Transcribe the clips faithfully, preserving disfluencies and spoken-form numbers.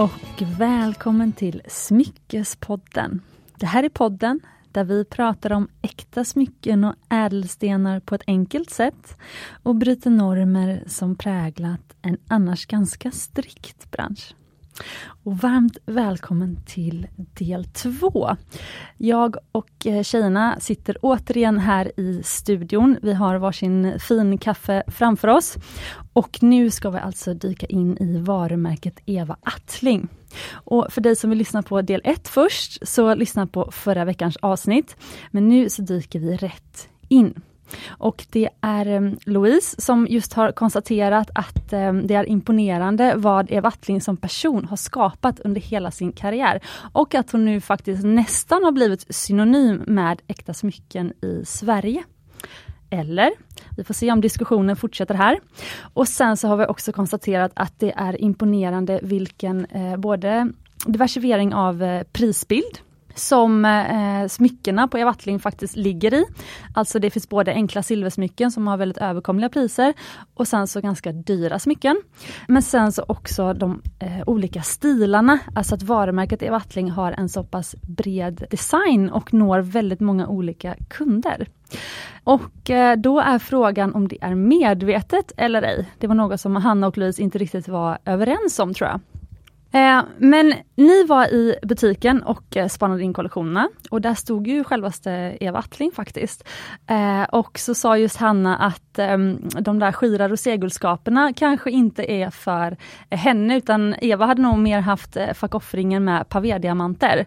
och välkommen till Smyckespodden. Det här är podden där vi pratar om äkta smycken och ädelstenar på ett enkelt sätt och bryter normer som präglat en annars ganska strikt bransch. Och varmt välkommen till del två. Jag och tjejerna sitter återigen här i studion. Vi har varsin fin kaffe framför oss. Och nu ska vi alltså dyka in i varumärket Eva Attling. Och för dig som vill lyssna på del ett först, så lyssna på förra veckans avsnitt. Men nu så dyker vi rätt in. Och det är um, Louise som just har konstaterat att um, det är imponerande vad Eva Attling som person har skapat under hela sin karriär. Och att hon nu faktiskt nästan har blivit synonym med äkta smycken i Sverige. Eller, vi får se om diskussionen fortsätter här. Och sen så har vi också konstaterat att det är imponerande vilken eh, både diversifiering av eh, prisbild som eh, smyckena på Eva Attling faktiskt ligger i. Alltså det finns både enkla silversmycken som har väldigt överkomliga priser och sen så ganska dyra smycken. Men sen så också de eh, olika stilarna. Alltså att varumärket Eva Attling har en så pass bred design och når väldigt många olika kunder. Och eh, då är frågan om det är medvetet eller ej. Det var något som Hanna och Louise inte riktigt var överens om, tror jag. Eh, men ni var i butiken och eh, spanade in kollektionerna. Och där stod ju självaste Eva Attling faktiskt. Eh, och så sa just Hanna att eh, de där skira roséguldskaperna kanske inte är för eh, henne. Utan Eva hade nog mer haft eh, fackoffringen med pavédiamanter.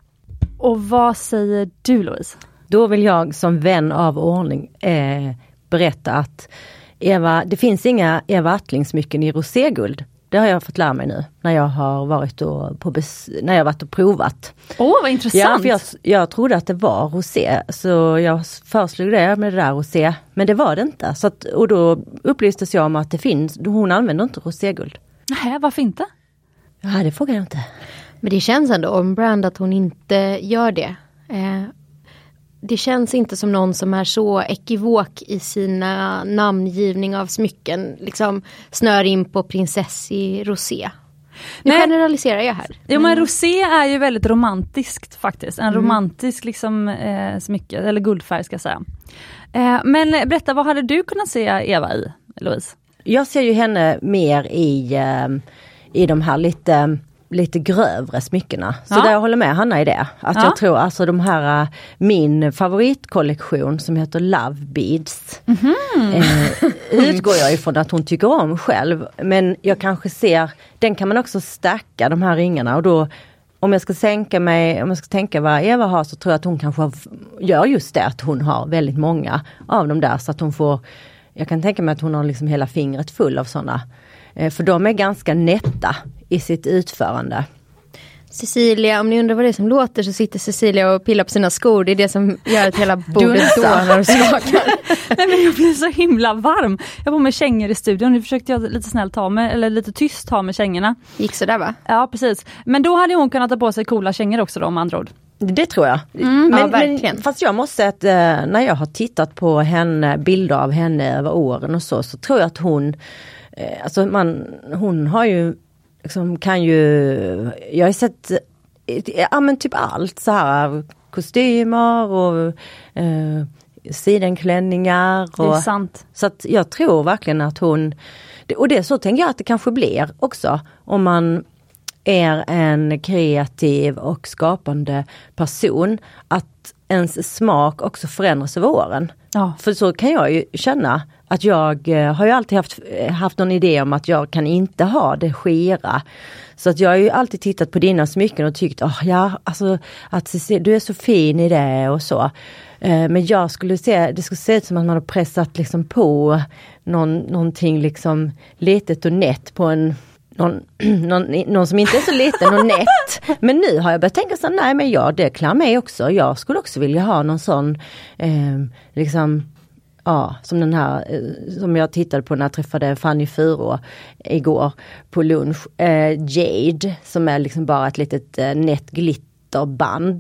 Och vad säger du, Louise? Då vill jag som vän av ordning eh, berätta att Eva, det finns inga Eva Attling-smycken i roséguld. Det har jag fått lära mig nu när jag har varit och, på bes- när jag varit och provat. Åh, oh, vad intressant. Ja, för jag, jag trodde att det var rosé, så jag föreslog det med det där rosé, men det var det inte. Så att, och då upplystes jag om att det finns, hon använder inte roséguld. Nej, varför inte? Ja, det frågar jag inte. Men det känns ändå om brand att hon inte gör det. Eh, det känns inte som någon som är så ekivok i sina namngivning av smycken. Liksom snör in på prinsessi rosé. Nu Nej. generaliserar jag här. Jo, men rosé är ju väldigt romantiskt faktiskt. En mm. romantisk liksom, eh, smycke, eller guldfärg ska jag säga. Eh, men berätta, vad hade du kunnat se Eva i, Louise? Jag ser ju henne mer i, eh, i de här lite... lite grövre smyckena. Så ja. där jag håller med Hanna i det. Att ja. jag tror alltså de här, min favoritkollektion som heter Love Beads. Mm-hmm. Eh, utgår jag ifrån att hon tycker om själv. Men jag kanske ser, den kan man också stacka de här ringarna. Och då, om jag ska sänka mig, om jag ska tänka vad Eva har, så tror jag att hon kanske har, gör just det. Att hon har väldigt många av dem där. Så att hon får, jag kan tänka mig att hon har liksom hela fingret full av sådana. Eh, för de är ganska nätta i sitt utförande. Cecilia, om ni undrar vad det är som låter, så sitter Cecilia och pillar på sina skor. Det är det som gör att hela bordet då när du skakar. Nej, men jag blir så himla varm. Jag var med kängor i studion. Nu försökte jag lite snällt ta med, eller lite tyst ta med kängorna. Gick så där, va? Ja, precis. Men då hade hon kunnat ta på sig coola kängor också då, om andra ord. Det tror jag. Mm, men, ja, verkligen. Men, fast jag måste säga att eh, när jag har tittat på henne, bilder av henne över åren och så, så tror jag att hon, eh, alltså man, hon har ju liksom, kan ju, jag har sett ja, men typ allt så här, kostymer och eh, sidenklänningar. Och, det är sant. Så att jag tror verkligen att hon, och det så tänker jag att det kanske blir också om man är en kreativ och skapande person, att ens smak också förändras över åren. Ja. För så kan jag ju känna att jag har ju alltid haft, haft någon idé om att jag kan inte ha det skira. Så att jag har ju alltid tittat på dina smycken och tyckt, oh, ja, alltså, att du är så fin i det och så. Men jag skulle se, det skulle se ut som att man har pressat liksom på någon, någonting liksom litet och nätt på en Någon, någon, någon som inte är så liten och nätt. Men nu har jag börjat tänka så, nej men ja, det klär mig också. Jag skulle också vilja ha någon sån, eh, liksom, ja, som den här, eh, som jag tittade på när jag träffade Fanny Furo igår på lunch. Eh, Jade, som är liksom bara ett litet eh, nätt glitterband.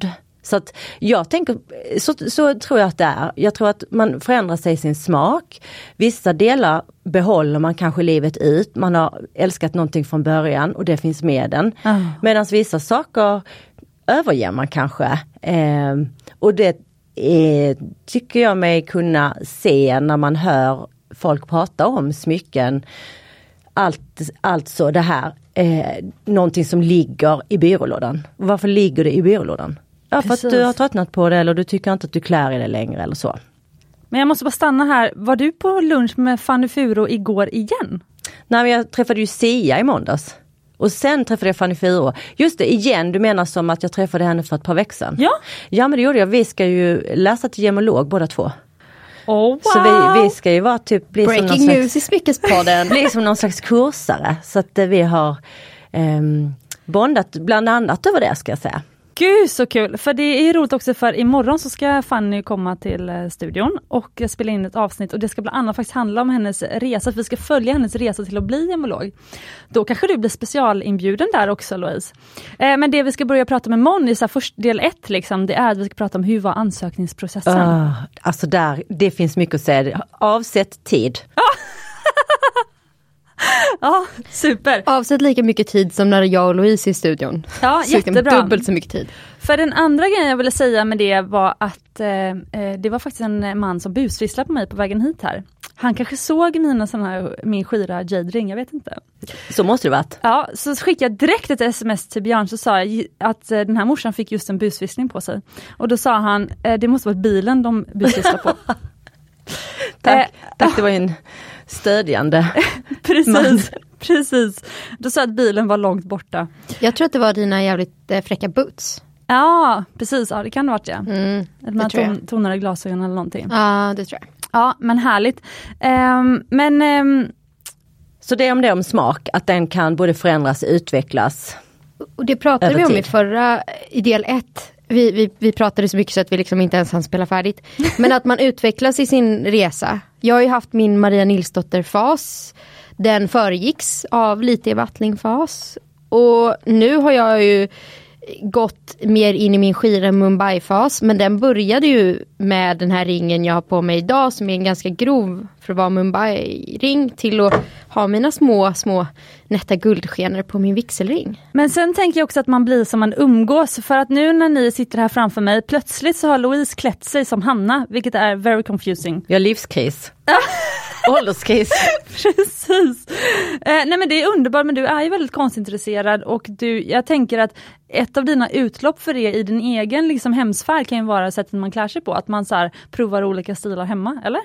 Så att jag tänker, så, så tror jag att det är. Jag tror att man förändrar sig i sin smak. Vissa delar behåller man kanske livet ut. Man har älskat någonting från början och det finns med den. Mm. Medan vissa saker överger man kanske. Eh, och det eh, tycker jag mig kunna se när man hör folk prata om smycken. Allt, alltså det här, eh, någonting som ligger i byrålådan. Varför ligger det i byrålådan? Ja, för Precis. Att du har tröttnat på det eller du tycker inte att du klär i det längre eller så. Men jag måste bara stanna här. Var du på lunch med Fanny Furo igår igen? Nej, men jag träffade ju Sia i måndags. Och sen träffade jag Fanny Furo. Just det, igen, du menar som att jag träffade henne för ett par veckor sedan. Ja. Ja, men det gjorde jag. Vi ska ju läsa till gemolog båda två. Oh, wow. Så vi, vi ska ju vara typ bli Breaking som någon news slags, i Smyckespodden. bli som någon slags kursare. Så att vi har um, bondat bland annat över det, ska jag säga. Gud så kul, för det är roligt också för imorgon så ska Fanny komma till studion och spela in ett avsnitt och det ska bland annat faktiskt handla om hennes resa, för vi ska följa hennes resa till att bli gemolog. Då kanske du blir specialinbjuden där också, Louise. Eh, men det vi ska börja prata med Mon i så här först del ett liksom, det är att vi ska prata om hur var ansökningsprocessen. Uh, alltså där, det finns mycket att säga. Avsätt tid. Ja, super. Avsätt lika mycket tid som när jag och Louise är i studion. Ja, så jättebra. Dubbelt så mycket tid. För den andra grejen jag ville säga med det var att eh, det var faktiskt en man som busvisslade på mig på vägen hit här. Han kanske såg mina såna här, min skira Jade-ring, jag vet inte. Så måste det varit. Ja, så skickade jag direkt ett sms till Björn så sa jag att eh, den här morsan fick just en busvissling på sig. Och då sa han, eh, det måste vara bilen de busvisslar på. Tack, eh, tack, det var en stödjande. Precis, man. precis. Då sa att bilen var långt borta. Jag tror att det var dina jävligt eh, fräcka boots. Ja, precis. Ja, det kan det ha varit, ja. Mm, de här ton, tonade glasögon eller någonting. Ja, det tror jag. Ja, men härligt. Um, men... Um, så det är om det om smak, att den kan både förändras och utvecklas. Och det pratade vi om i förra, i del ett. Vi, vi, vi pratade så mycket så att vi liksom inte ens hann spela färdigt. Men att man utvecklas i sin resa. Jag har ju haft min Maria Nilsdotter-fas. Den föregicks av lite vattling-fas. Och nu har jag ju gått mer in i min skira Mumbai-fas. Men den började ju med den här ringen jag har på mig idag, som är en ganska grov för att vara Mumbai-ring, till att ha mina små, små nätta guldskenor på min vigselring. Men sen tänker jag också att man blir som man umgås. För att nu när ni sitter här framför mig, plötsligt så har Louise klätt sig som Hanna, vilket är very confusing. Jag har livskris. Ålderskris. Precis. Eh, nej men det är underbart, men du är ju väldigt konstintresserad och du, jag tänker att ett av dina utlopp för det i din egen liksom, hemsfärd kan ju vara sättet man klär sig på. Att man så här, provar olika stilar hemma, eller?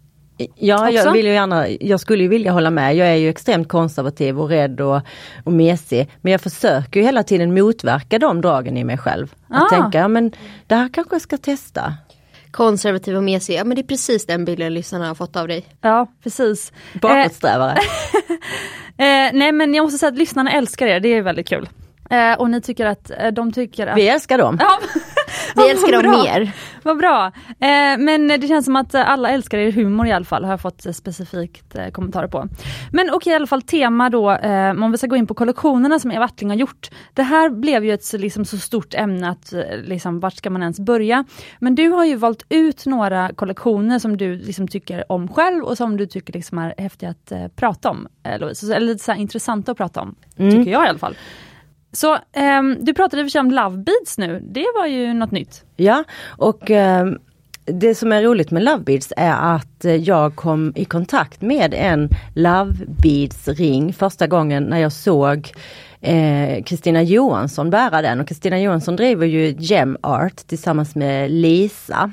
Ja, jag, vill ju gärna, jag skulle ju vilja hålla med. Jag är ju extremt konservativ och rädd och, och mesig. Men jag försöker ju hela tiden motverka de dragen i mig själv. Att ah. tänka, ja men det här kanske jag ska testa. Konservativ och mesig, ja men det är precis den bilden lyssnarna har fått av dig. Ja, precis. Bakåtsträvare. Eh, eh, nej men jag måste säga att lyssnarna älskar er, det är väldigt kul. Eh, och ni tycker att eh, de tycker att... Vi älskar dem. Ja. Vi älskar dem bra. mer. Vad bra. Eh, men det känns som att alla älskar er humor i alla fall. Har jag fått eh, specifikt eh, kommentarer på. Men okej, i alla fall tema då. Eh, om vi ska gå in på kollektionerna som Eva Attling har gjort. Det här blev ju ett liksom, så stort ämne att eh, liksom, vart ska man ens börja. Men du har ju valt ut några kollektioner som du liksom, tycker om själv. Och som du tycker liksom, är häftiga att eh, prata om. Eh, Louise. Eller lite så här, intressanta att prata om. Mm. Tycker jag i alla fall. Så um, du pratade i och för sig om Love Beads nu. Det var ju något nytt. Ja, och um, det som är roligt med Love Beads är att jag kom i kontakt med en Love Beads ring första gången när jag såg Kristina eh, Johansson bära den. Och Kristina Johansson driver ju Gem Art tillsammans med Lisa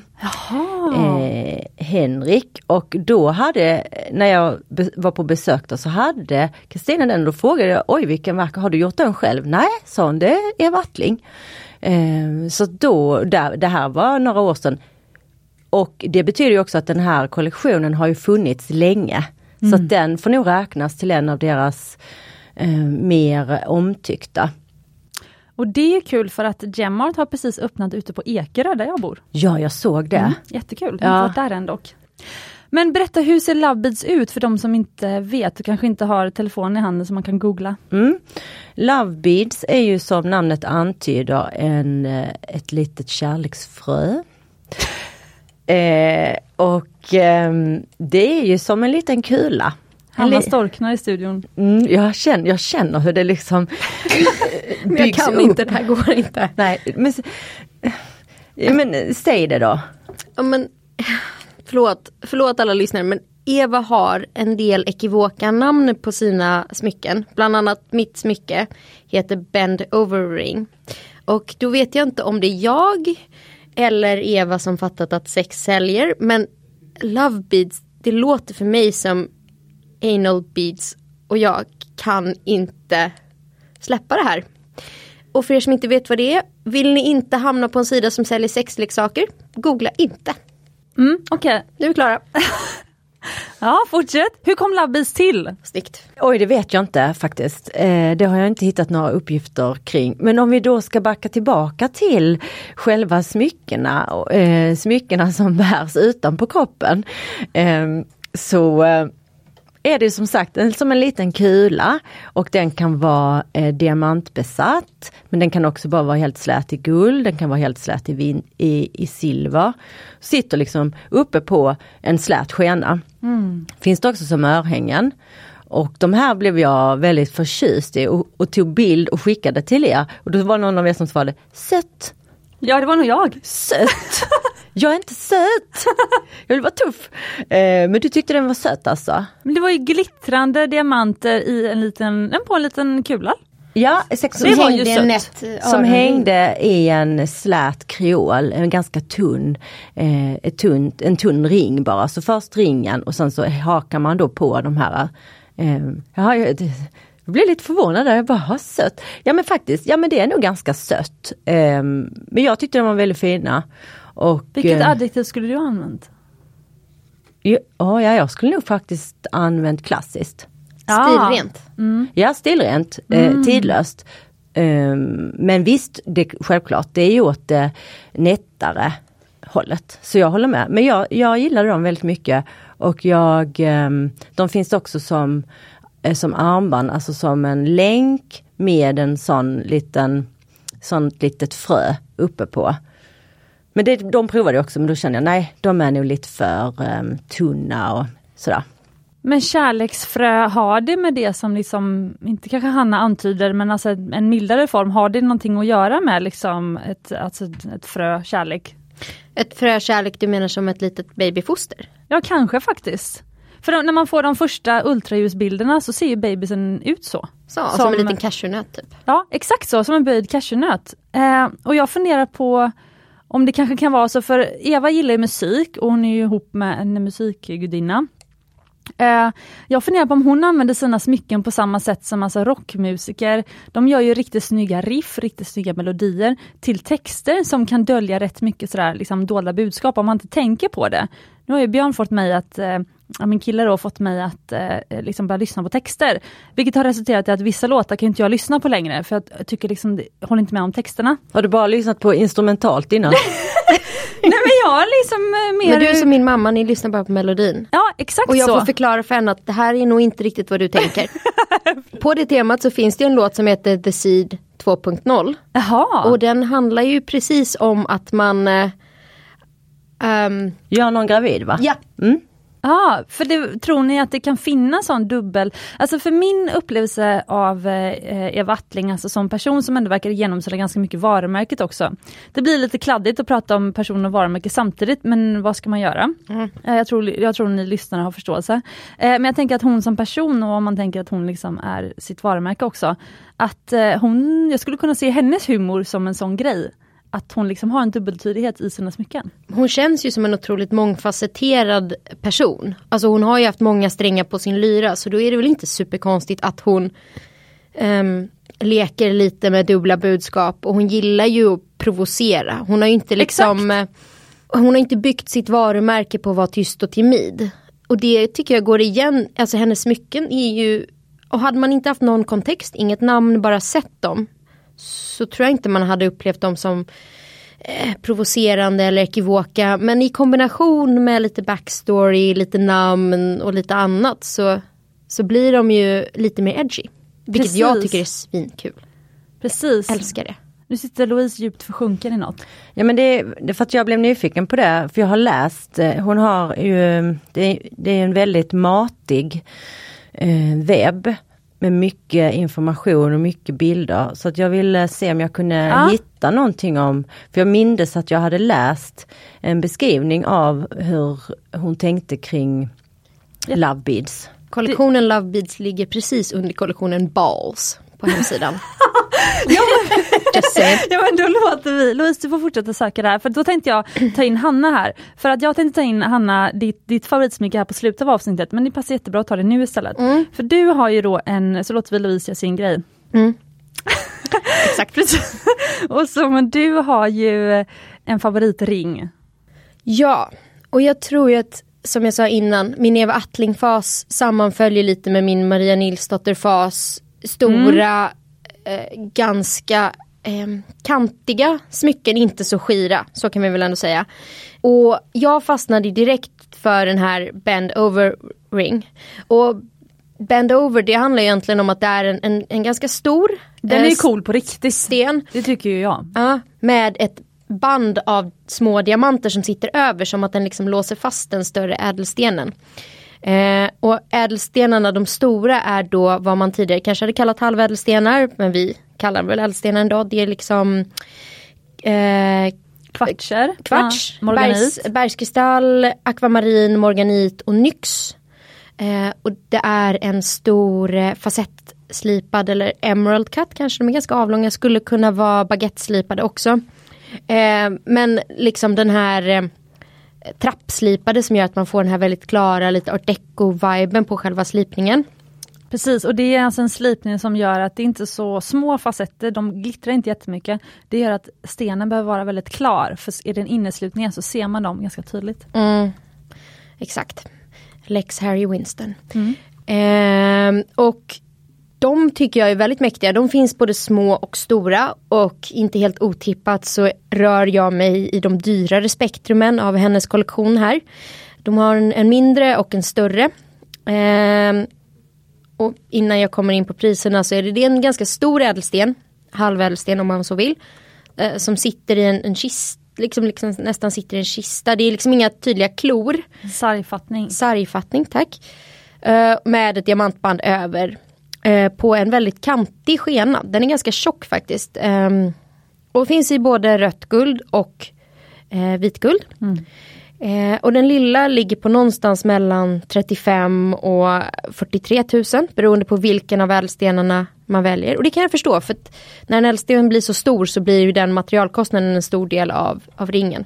eh, Henrik. Och då hade, när jag be- var på besök då, så hade Kristina den, och då frågade jag, oj vilken verk, har du gjort den själv? Nej, sa hon, det är Wattling. Eh, så då, där, det här var några år sedan. Och det betyder ju också att den här kollektionen har ju funnits länge. Mm. Så att den får nog räknas till en av deras eh, mer omtyckta. Och det är kul för att Gemart har precis öppnat ute på Ekerö där jag bor. Ja, jag såg det. Mm, jättekul, jag har inte varit där än dock. Men berätta, hur ser Lovebeads ut för de som inte vet och kanske inte har telefonen i handen som man kan googla? Mm. Lovebeads är ju som namnet antyder en, ett litet kärleksfrö. eh, och eh, det är ju som en liten kula. Hanna li- storknar i studion. Mm, jag, känner, jag känner hur det liksom men jag kan upp. Inte, det här går inte. Nej, men, men säg det då. Ja, men, förlåt, förlåt alla lyssnare, men Eva har en del ekivoka namn på sina smycken. Bland annat mitt smycke heter Bend Over Ring. Och då vet jag inte om det är jag eller Eva som fattat att sex säljer. Men Lovebeads, det låter för mig som anal beads. Och jag kan inte släppa det här. Och för er som inte vet vad det är, vill ni inte hamna på en sida som säljer sexleksaker? Googla inte. Mm, okej. Okay. Nu är vi klara. Ja, fortsätt. Hur kom Lovebeads till? Snyggt. Oj, det vet jag inte faktiskt. Eh, det har jag inte hittat några uppgifter kring. Men om vi då ska backa tillbaka till själva smyckena, eh, smyckena som bärs utanpå kroppen. Eh, så... Eh, är det som sagt en, som en liten kula och den kan vara eh, diamantbesatt, men den kan också bara vara helt slät i guld, den kan vara helt slät i, vin, i, i silver. Sitter liksom uppe på en slät skena. Mm. Finns det också som örhängen. Och de här blev jag väldigt förtjust i och, och tog bild och skickade till er. Och då var någon av er som svarade, sött. Ja, det var nog jag. Sött. Jag är inte söt. Jag vill vara tuff. Eh, men du tyckte den var söt alltså? Men det var ju glittrande diamanter i en liten, på en liten kula. Ja, sex som det hängde, var ju nät, som hängde i en slät kreol, en ganska tunn, eh, ett tunn, en tunn ring bara. Så först ringen och sen så hakar man då på de här. Eh, ja, jag, det, jag blev lite förvånad där, jag bara, har sött. Ja men faktiskt, ja men det är nog ganska sött. Eh, men jag tyckte de var väldigt fina. Och, vilket eh, adjektiv skulle du ha använt? Ja, ja, jag skulle nog faktiskt använt klassiskt. Stilrent. Mm. Ja, stilrent. Mm. Eh, tidlöst. Um, men visst, det, självklart, det är ju åt det nättare hållet. Så jag håller med. Men jag, jag gillar dem väldigt mycket. Och jag, um, de finns också som, eh, som armband, alltså som en länk med en sån liten, sånt litet frö uppe på. Men det, de provade också, men då kände jag, nej, de är nog lite för um, tunna och sådär. Men kärleksfrö, har det med det som liksom, inte kanske Hanna antyder, men alltså en mildare form, har det någonting att göra med liksom ett, alltså ett frö kärlek? Ett frö kärlek, du menar som ett litet babyfoster? Ja, kanske faktiskt. För när man får de första ultraljusbilderna så ser ju babysen ut så. Så, som, som en liten cashewnöt typ. Ja, exakt så, som en böjd cashewnöt. Eh, och jag funderar på om det kanske kan vara så, för Eva gillar ju musik och hon är ju ihop med en musikgudinna. Uh, jag funderar på om hon använder sina smycken på samma sätt som alltså rockmusiker. De gör ju riktigt snygga riff, riktigt snygga melodier till texter som kan dölja rätt mycket sådär, liksom dolda budskap om man inte tänker på det. Nu har ju Björn fått mig att, uh, ja, min kille då fått mig att uh, liksom börja lyssna på texter. Vilket har resulterat i att vissa låtar kan inte jag lyssna på längre, för jag tycker liksom, jag håller inte med om texterna. Har du bara lyssnat på instrumentalt innan? Nej, men jag har liksom mer... Men du är som min mamma, ni lyssnar bara på melodin. Ja, exakt så. Och jag så. får förklara för henne att det här är nog inte riktigt vad du tänker. På det temat så finns det en låt som heter The Seed två punkt noll. Jaha. Och den handlar ju precis om att man... Um, Gör någon gravid, va? Ja. Mm. Ja, för det, tror ni att det kan finnas sån dubbel... Alltså för min upplevelse av eh, Eva Attling, alltså som person som ändå verkar genomsyra ganska mycket varumärket också. Det blir lite kladdigt att prata om person och varumärke samtidigt, men vad ska man göra? Mm. Eh, jag, tror, jag tror ni lyssnare har förståelse. Eh, men jag tänker att hon som person, och om man tänker att hon liksom är sitt varumärke också, att eh, hon, jag skulle kunna se hennes humor som en sån grej. Att hon liksom har en dubbeltydighet i sina smycken. Hon känns ju som en otroligt mångfacetterad person. Alltså hon har ju haft många strängar på sin lyra. Så då är det väl inte superkonstigt att hon um, leker lite med dubbla budskap. Och hon gillar ju att provocera. Hon har ju inte liksom... Exakt. Hon har inte byggt sitt varumärke på att vara tyst och timid. Och det tycker jag går igen. Alltså hennes smycken är ju... Och hade man inte haft någon kontext, inget namn, bara sett dem, så tror jag inte man hade upplevt dem som eh, provocerande eller ekivoka. Men i kombination med lite backstory, lite namn och lite annat så, så blir de ju lite mer edgy. Vilket Precis. jag tycker är svinkul. Precis. Jag älskar det. Nu sitter Louise djupt försjunken i något. Ja, men det, det är för att jag blev nyfiken på det. För jag har läst, hon har ju, det, det är en väldigt matig eh, webb med mycket information och mycket bilder. Så att jag ville se om jag kunde ja. hitta någonting om, för jag minns att jag hade läst en beskrivning av hur hon tänkte kring ja. Love Beads. Kollektionen Love Beads ligger precis under kollektionen Balls på hemsidan. ja, men, ja men då låter vi, Louise du får fortsätta söka där, för då tänkte jag ta in Hanna här, för att jag tänkte ta in Hanna, ditt, ditt favoritsmycke här på slutet av avsnittet, men det passar jättebra att ta det nu istället, mm. för du har ju då en, så låter vi Louise göra sin grej. Mm. Exakt. Och så, men du har ju en favoritring. Ja, och jag tror ju att som jag sa innan, min Eva Attling-fas sammanföljer lite med min Maria Nilsdotter-fas. Stora, mm. eh, ganska eh, kantiga smycken, inte så skira. Så kan vi väl ändå säga. Och jag fastnade direkt för den här bend over ring. Och bend over, det handlar egentligen om att det är en, en, en ganska stor Den är ju cool på riktigt. Sten. Det tycker ju jag. Ja, med ett band av små diamanter som sitter över, som att den liksom låser fast den större ädelstenen. Eh, och ädelstenarna, de stora, är då vad man tidigare kanske hade kallat halvädelstenar, men vi kallar väl ädelstenar ändå. Det är liksom eh, kvartser, kvarts, ja, bergs, bergskristall, akvamarin, morganit och nyx. Eh, och det är en stor eh, facettslipad eller emerald cut, kanske de är ganska avlånga, skulle kunna vara baguetteslipade också. Eh, men liksom den här eh, trappslipade som gör att man får den här väldigt klara, lite art deco-viben på själva slipningen. Precis, och det är alltså en slipning som gör att det inte är så små facetter, de glittrar inte jättemycket. Det gör att stenen behöver vara väldigt klar, för i den inneslutningen så ser man dem ganska tydligt. Mm. Exakt. Lex Harry Winston. Mm. Eh, och de tycker jag är väldigt mäktiga. De finns både små och stora, och inte helt otippat så rör jag mig i de dyrare spektrumen av hennes kollektion här. De har en, en mindre och en större. Eh, och innan jag kommer in på priserna så är det, det är en ganska stor ädelsten, halvädelsten om man så vill, eh, som sitter i en, en kist, liksom, liksom nästan sitter i en kista. Det är liksom inga tydliga klor. Sargfattning. Sargfattning, tack. Eh, med ett diamantband över. Eh, på en väldigt kantig skena. Den är ganska tjock faktiskt. Eh, och finns i både rött guld och eh, vitguld. Mm. Eh, och den lilla ligger på någonstans mellan trettiofem och fyrtiotre tusen. Beroende på vilken av ädelstenarna man väljer. Och det kan jag förstå. För att när en ädelsten blir så stor så blir ju den materialkostnaden en stor del av, av ringen.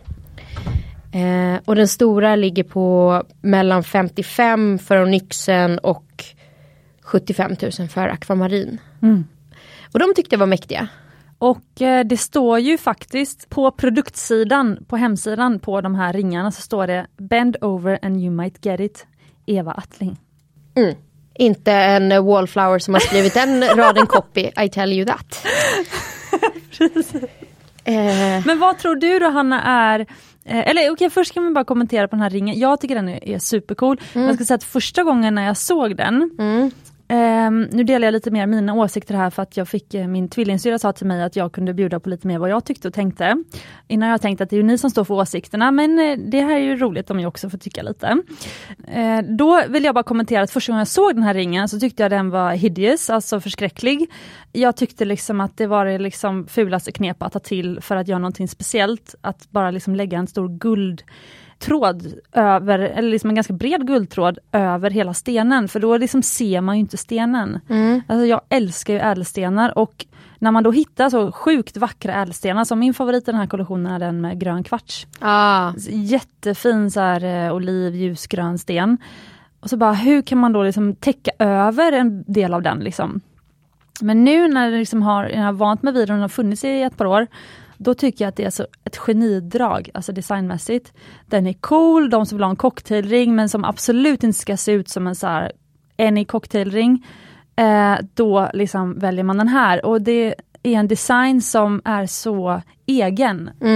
Eh, och den stora ligger på mellan femtiofem för onyxen och sjuttiofem tusen för akvamarin. Mm. Och de tyckte jag var mäktiga. Och eh, det står ju faktiskt på produktsidan, på hemsidan på de här ringarna så står det Bend over and you might get it, Eva Attling. Mm. Inte en wallflower som har skrivit den raden copy, I tell you that. Precis. Eh. Men vad tror du då, Hanna, är... Eh, eller okej, okay, först kan man bara kommentera på den här ringen. Jag tycker den är, är supercool. Mm. Jag ska säga att första gången när jag såg den... Mm. Um, nu delar jag lite mer mina åsikter här, för att jag fick, uh, min tvillingsyra sa till mig att jag kunde bjuda på lite mer vad jag tyckte och tänkte. Innan jag tänkte att det är ju ni som står för åsikterna, men uh, det här är ju roligt om jag också får tycka lite. Uh, då vill jag bara kommentera att första gången jag såg den här ringen så tyckte jag den var hideous, alltså förskräcklig. Jag tyckte liksom att det var det liksom fulaste knep att ta till för att göra någonting speciellt. Att bara liksom lägga en stor guld tråd över, eller liksom en ganska bred guldtråd över hela stenen, för då liksom ser man ju inte stenen. Mm. Alltså jag älskar ju ädelstenar, och när man då hittar så sjukt vackra ädelstenar, som min favorit i den här kollektionen är den med grön kvarts. Ah. Jättefin så här eh, oliv, ljusgrön sten. Och så bara, hur kan man då liksom täcka över en del av den liksom? Men nu när det liksom har, jag har vant mig vid den och har funnits i ett par år, då tycker jag att det är så ett genidrag, alltså designmässigt. Den är cool, de som vill ha en cocktailring, men som absolut inte ska se ut som en så här any cocktailring. Eh, då liksom väljer man den här. Och det är en design som är så egen. Mm.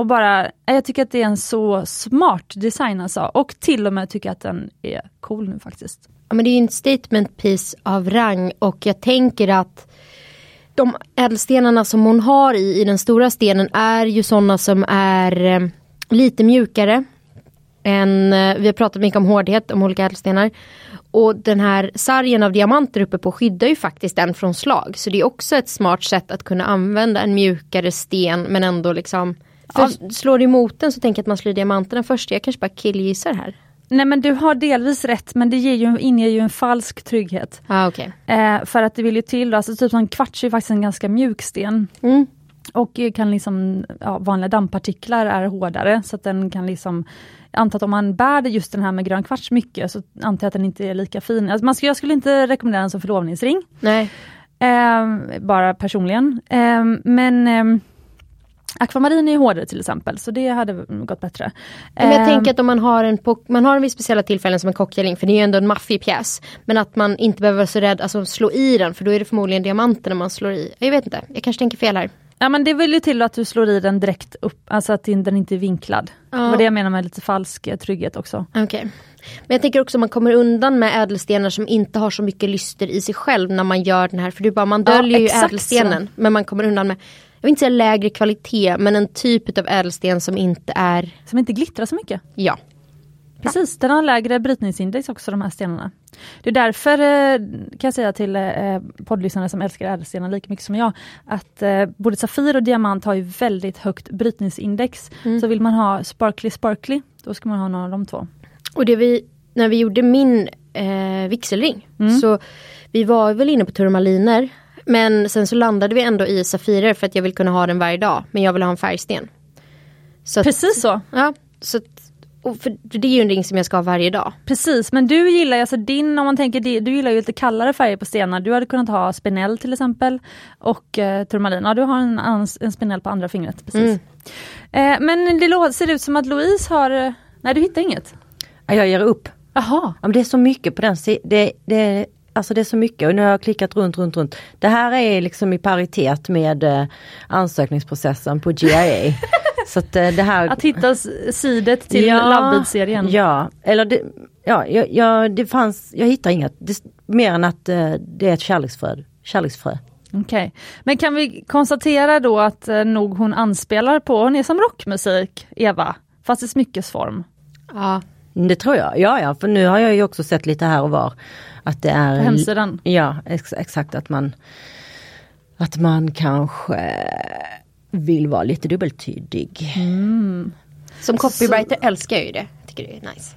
Och bara, jag tycker att det är en så smart design alltså. Och till och med tycker jag att den är cool nu faktiskt. Ja, men det är ju en statement piece av rang. Och jag tänker att de ädelstenarna som hon har i, i den stora stenen är ju sådana som är eh, lite mjukare. Än, eh, vi har pratat mycket om hårdhet, om olika ädelstenar. Och den här sargen av diamanter uppe på skyddar ju faktiskt den från slag. Så det är också ett smart sätt att kunna använda en mjukare sten men ändå liksom... För ja. Slår du emot den så tänker jag att man slår diamanterna först. Jag kanske bara killgissar här. Nej, men du har delvis rätt, men det ger ju, inger ju en falsk trygghet. Ah, okay. eh, för att det vill ju till, alltså typ som kvarts är faktiskt en ganska mjuk sten. Mm. Och kan liksom, ja, vanliga dammpartiklar är hårdare så att den kan liksom, jag antar att om man bär just den här med grön kvarts mycket så antar jag att den inte är lika fin. Alltså man skulle, jag skulle inte rekommendera den som förlovningsring. Nej. Eh, bara personligen. Eh, men... Eh, akvamarin är hårdare till exempel, så det hade gått bättre. Men jag um, tänker att om man har en på, man har en vid speciella tillfällen som en cocktailring, för det är ju ändå en maffig pjäs, men att man inte behöver vara så rädd alltså slå i den, för då är det förmodligen diamanterna man slår i. Jag vet inte, jag kanske tänker fel här. Ja, men det vill ju till att du slår i den direkt upp, alltså att den inte är vinklad. Ja. Det var det jag menar med lite falsk trygghet också. Okej. Okay. Men jag tänker också att man kommer undan med ädelstenar som inte har så mycket lyster i sig själv när man gör den här, för det bara, man döljer ja, ju ädelstenen, så. Men man kommer undan med, jag vill inte säga lägre kvalitet, men en typ av ädelsten som inte är... Som inte glittrar så mycket. Ja. Precis, den har lägre brytningsindex också, de här stenarna. Det är därför, kan jag säga till poddlyssnare som älskar ädelstenar lika mycket som jag, att både safir och diamant har ju väldigt högt brytningsindex. Mm. Så vill man ha sparkly sparkly, då ska man ha någon av de två. Och det vi, när vi gjorde min eh, vigselring, mm. så vi var väl inne på turmaliner. Men sen så landade vi ändå i safirer för att jag vill kunna ha den varje dag. Men jag vill ha en färgsten. Så att, precis så. Ja, så att, och för det är ju en ring som jag ska ha varje dag. Precis, men du gillar alltså din, om man tänker, du gillar ju lite kallare färger på stenar. Du hade kunnat ha spinell till exempel och eh, turmalin. Ja, du har en, en spinell på andra fingret, precis. Mm. Eh, men det ser ut som att Louise har, eh, nej du hittar inget. Jag ger upp. Jaha. Ja, men det är så mycket på den, det, det, alltså det är så mycket och nu har jag klickat runt, runt, runt. Det här är liksom i paritet med eh, ansökningsprocessen på G I A. Så att, eh, det här... att hitta sidet till ja, Lovebird-serien. Ja, eller det, ja, jag, jag, det fanns, jag hittar inget. Det, mer än att eh, det är ett kärleksfrö. kärleksfrö. Okej, okay. Men kan vi konstatera då att eh, nog hon anspelar på, hon är som rockmusik, Eva, fast i smyckesform. Ja. Det tror jag, ja ja, för nu har jag ju också sett lite här och var att det är... På hemsidan. Ja, ex- exakt, att man att man kanske vill vara lite dubbeltydig. Mm. Som copywriter så... älskar jag ju det, jag tycker det är nice.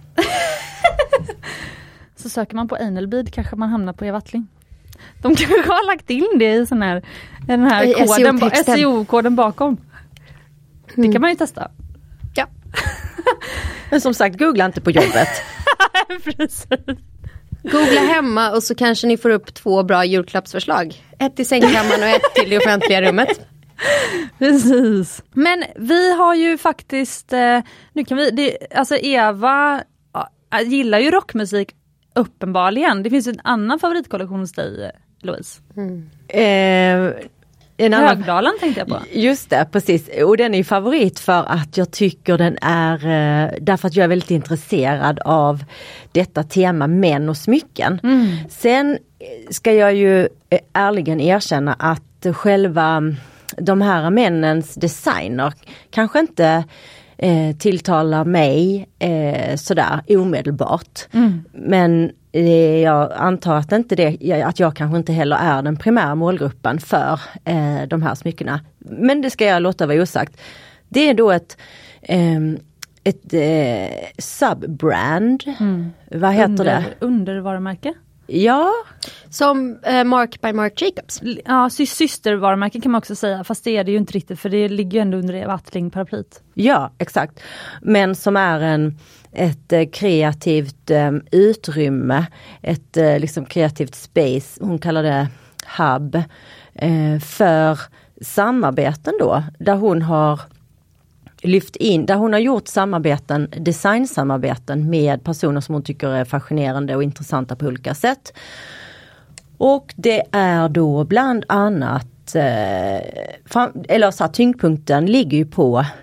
Så söker man på anal bead kanske man hamnar på Eva Attling. De kanske har lagt in det i sån här, den här I koden, S E O-koden bakom. Mm. Det kan man ju testa. Ja. Men som sagt, googla inte på jobbet. Precis. Googla hemma och så kanske ni får upp två bra julklappsförslag. Ett i sängkammaren och ett till det offentliga rummet. Precis. Men vi har ju faktiskt, nu kan vi, det, alltså Eva gillar ju rockmusik uppenbarligen. Det finns ju en annan favoritkollektion hos dig, Louise. Mm. Eh... En annan... Högdalen tänkte jag på. Just det, precis. Och den är favorit för att jag tycker den är, därför att jag är väldigt intresserad av detta tema män och smycken. Mm. Sen ska jag ju ärligen erkänna att själva de här männens designer kanske inte eh, tilltalar mig eh, sådär omedelbart. Mm. Men jag antar att, inte det, att jag kanske inte heller är den primära målgruppen för eh, de här smyckena. Men det ska jag låta vara osagt. Det är då ett, eh, ett eh, subbrand. Mm. Vad heter Under, det? Undervarumärke? Ja. Som eh, Mark by Marc Jacobs. Ja, sy- systervarumärke kan man också säga. Fast det är det ju inte riktigt, för det ligger ju ändå under Eva Attling-paraplyt. Ja, exakt. Men som är en ett eh, kreativt eh, utrymme, ett eh, liksom kreativt space, hon kallar det hub, eh, för samarbeten då, där hon har lyft in, där hon har gjort samarbeten, designsamarbeten med personer som hon tycker är fascinerande och intressanta på olika sätt. Och det är då bland annat, eh, fram, eller så här, tyngdpunkten ligger ju på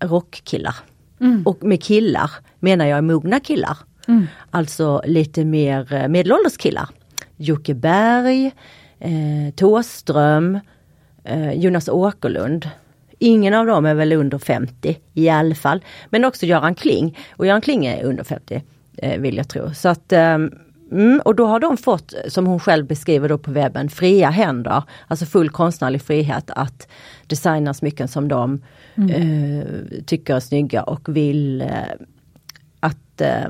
rockkillar. Mm. Och med killar menar jag mogna killar. Mm. Alltså lite mer medelålders killar. Jocke Berg, eh, Thåström, eh, Jonas Åkerlund. Ingen av dem är väl under femtio i alla fall. Men också Göran Kling. Och Göran Kling är under femtio eh, vill jag tro. Så att, eh, mm, och då har de fått, som hon själv beskriver då på webben, fria händer. Alltså full konstnärlig frihet att designa smycken som de mm. eh, tycker är snygga och vill eh, att eh,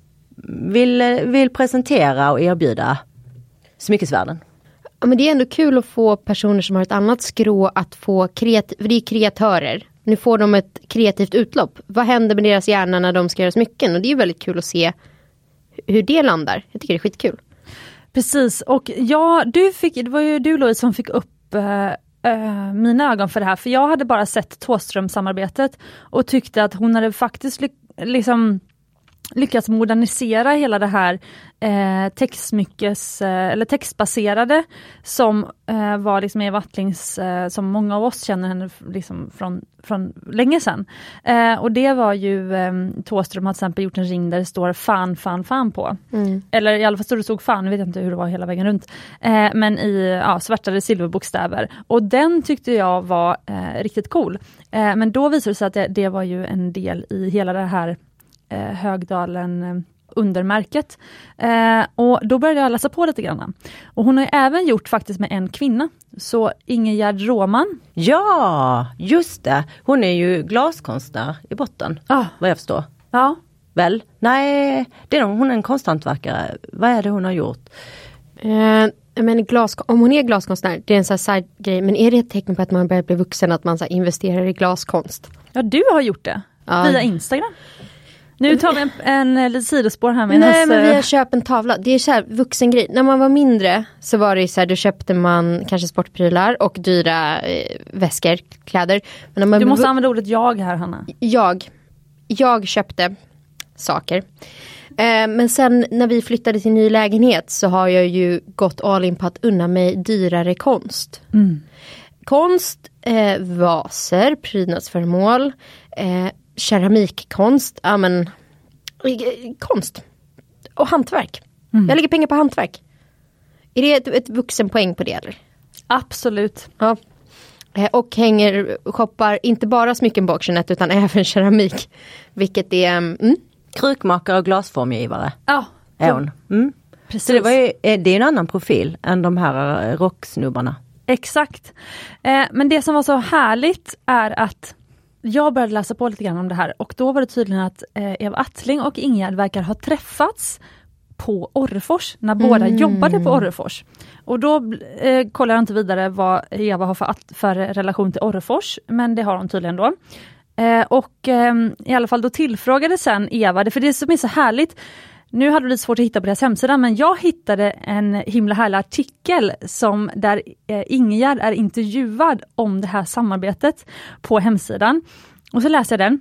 vill, vill presentera och erbjuda smyckesvärlden. Ja, men det är ändå kul att få personer som har ett annat skrå att få kreativ, för det är kreatörer. Nu får de ett kreativt utlopp. Vad händer med deras hjärna när de ska göra smycken? Och det är väldigt kul att se hur det landar. Jag tycker det är skitkul. Precis, och ja, du fick, det var ju du Louise som fick upp äh, äh, mina ögon för det här. För jag hade bara sett Thåström-samarbetet och tyckte att hon hade faktiskt ly- liksom... lyckats modernisera hela det här eh, textsmyckes eh, eller textbaserade som eh, var liksom Eva Attlings, eh, som många av oss känner henne liksom från, från länge sedan. Eh, och det var ju eh, Thåström har till exempel gjort en ring där det står fan, fan, fan på. Mm. Eller i alla fall stod det stod fan, jag vet inte hur det var hela vägen runt. Eh, men i ja, svartade silverbokstäver. Och den tyckte jag var eh, riktigt cool. Eh, men då visade det sig att det, det var ju en del i hela det här Eh, Högdalen eh, undermärket. Eh, och då började jag läsa på lite grann. Och hon har ju även gjort faktiskt med en kvinna. Så Ingegerd Råman. Ja, just det. Hon är ju glaskonstnär i botten. Ah. Vad jag förstår. Ja. Väl? Nej, det är hon, hon är en konsthantverkare. Vad är det hon har gjort? Eh, men glas, om hon är glaskonstnär, det är en sån här side-grej. Men är det ett tecken på att man börjar bli vuxen att man så här, investerar i glaskonst? Ja, du har gjort det. Ja. Via Instagram. Nu tar vi en, en, en lite sidospår här. Nej, hans, men vi har köpt en tavla. Det är så här vuxen grej. När man var mindre så var det så här, då köpte man kanske sportprylar och dyra eh, väskor, kläder. Men när man du måste v- använda ordet jag här, Hanna. Jag. Jag köpte saker. Eh, men sen när vi flyttade till ny lägenhet så har jag ju gått all in på att unna mig dyrare konst. Mm. Konst, eh, vaser, prydnadsföremål, eh, keramikkonst, ja men konst och hantverk. Mm. Jag lägger pengar på hantverk. Är det ett, ett vuxenpoäng på det eller? Absolut. Ja. Och hänger, shoppar inte bara smycken på auktionet utan även keramik. Vilket är... Mm. Krukmakare och glasformgivare. Ja. Är hon. Mm. Precis. Så det, var ju, det är en annan profil än de här rocksnubbarna. Exakt. Eh, men det som var så härligt är att jag började läsa på lite grann om det här och då var det tydligen att eh, Eva Attling och Ingegerd verkar ha träffats på Orrefors när mm. båda jobbade på Orrefors. Och då eh, kollar jag inte vidare vad Eva har för, för relation till Orrefors, men det har hon tydligen då. Eh, och eh, i alla fall då tillfrågade sen Eva, för det som är så härligt, nu hade det lite svårt att hitta på deras hemsida, men jag hittade en himla härlig artikel som där eh, Ingegerd är intervjuad om det här samarbetet på hemsidan. Och så läser jag den.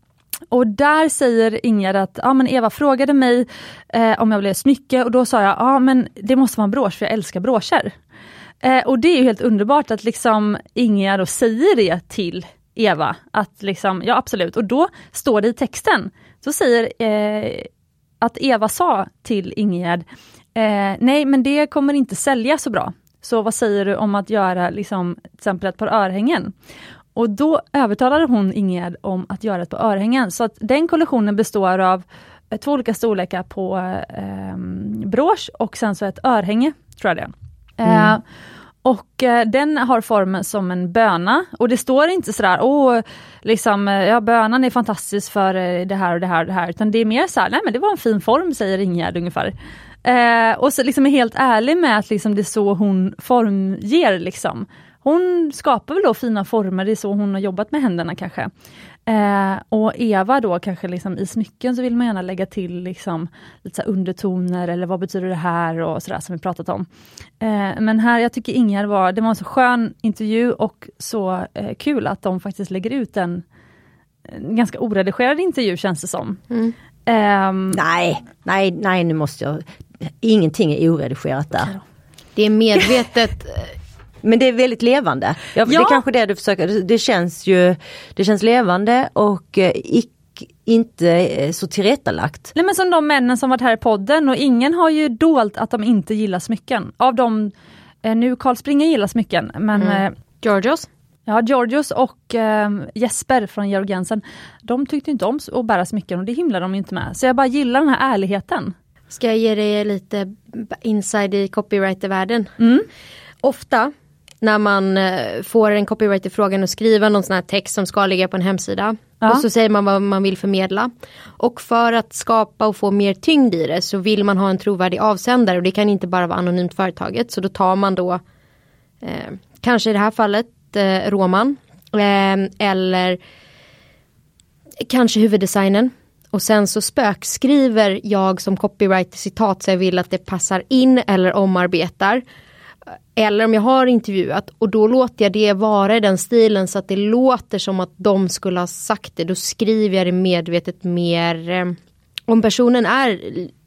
Och där säger Ingegerd att ja, men Eva frågade mig eh, om jag ville smycke och då sa jag ja men det måste vara en brosch för jag älskar broscher. Eh, och det är ju helt underbart att liksom Ingegerd då säger det till Eva att liksom ja absolut, och då står det i texten så säger eh, att Eva sa till Ingegerd eh, nej men det kommer inte sälja så bra. Så vad säger du om att göra liksom till exempel ett par örhängen? Och då övertalade hon Ingegerd om att göra ett par örhängen. Så att den kollektionen består av eh, två olika storlekar på eh, brosch och sen så ett örhänge tror jag det är. Mm. Eh, och eh, den har formen som en böna. Och det står inte sådär, åh, liksom, ja bönan är fantastisk för eh, det här och det här och det här. Utan det är mer så här, nej men det var en fin form säger Ingegerd ungefär. Eh, och så liksom är helt ärlig med att liksom, det är så hon formger liksom. Hon skapar väl då fina former, det är så hon har jobbat med händerna kanske. Eh, och Eva då kanske liksom i smycken så vill man gärna lägga till liksom lite så här undertoner eller vad betyder det här och sådär som vi pratat om. Eh, men här, jag tycker Ingegerd var, det var en så skön intervju och så eh, kul att de faktiskt lägger ut en, en ganska oredigerad intervju känns det som. Mm. Eh, nej, nej, nej nu måste jag, ingenting är oredigerat där. Det är medvetet... Men det är väldigt levande. Ja, Ja. Det är kanske det du försöker. Det känns ju, det känns levande och eh, ick, inte eh, så tillrättalagt. Nej, men som de männen som varit här i podden, och ingen har ju dolt att de inte gillar smycken. Av dem, eh, nu Carl Springer gillar smycken, men Mm. eh, Georgios? ja, Georgios och eh, Jesper från Georg Jensen, de tyckte inte om att bära smycken och det himlar de inte med. Så jag bara gillar den här ärligheten. Ska jag ge dig lite inside i copywriter-världen? Mm. Ofta när man eh, får en copywriter-frågan och skriva någon sån här text som ska ligga på en hemsida. Ja. Och så säger man vad man vill förmedla. Och för att skapa och få mer tyngd i det så vill man ha en trovärdig avsändare. Och det kan inte bara vara anonymt företaget. Så då tar man då, eh, kanske i det här fallet, eh, Roman. Eh, eller kanske huvuddesignen. Och sen så spökskriver jag som copywriter citat så jag vill att det passar in eller omarbetar. Eller om jag har intervjuat och då låter jag det vara i den stilen så att det låter som att de skulle ha sagt det. Då skriver jag det medvetet mer. Eh, om personen är...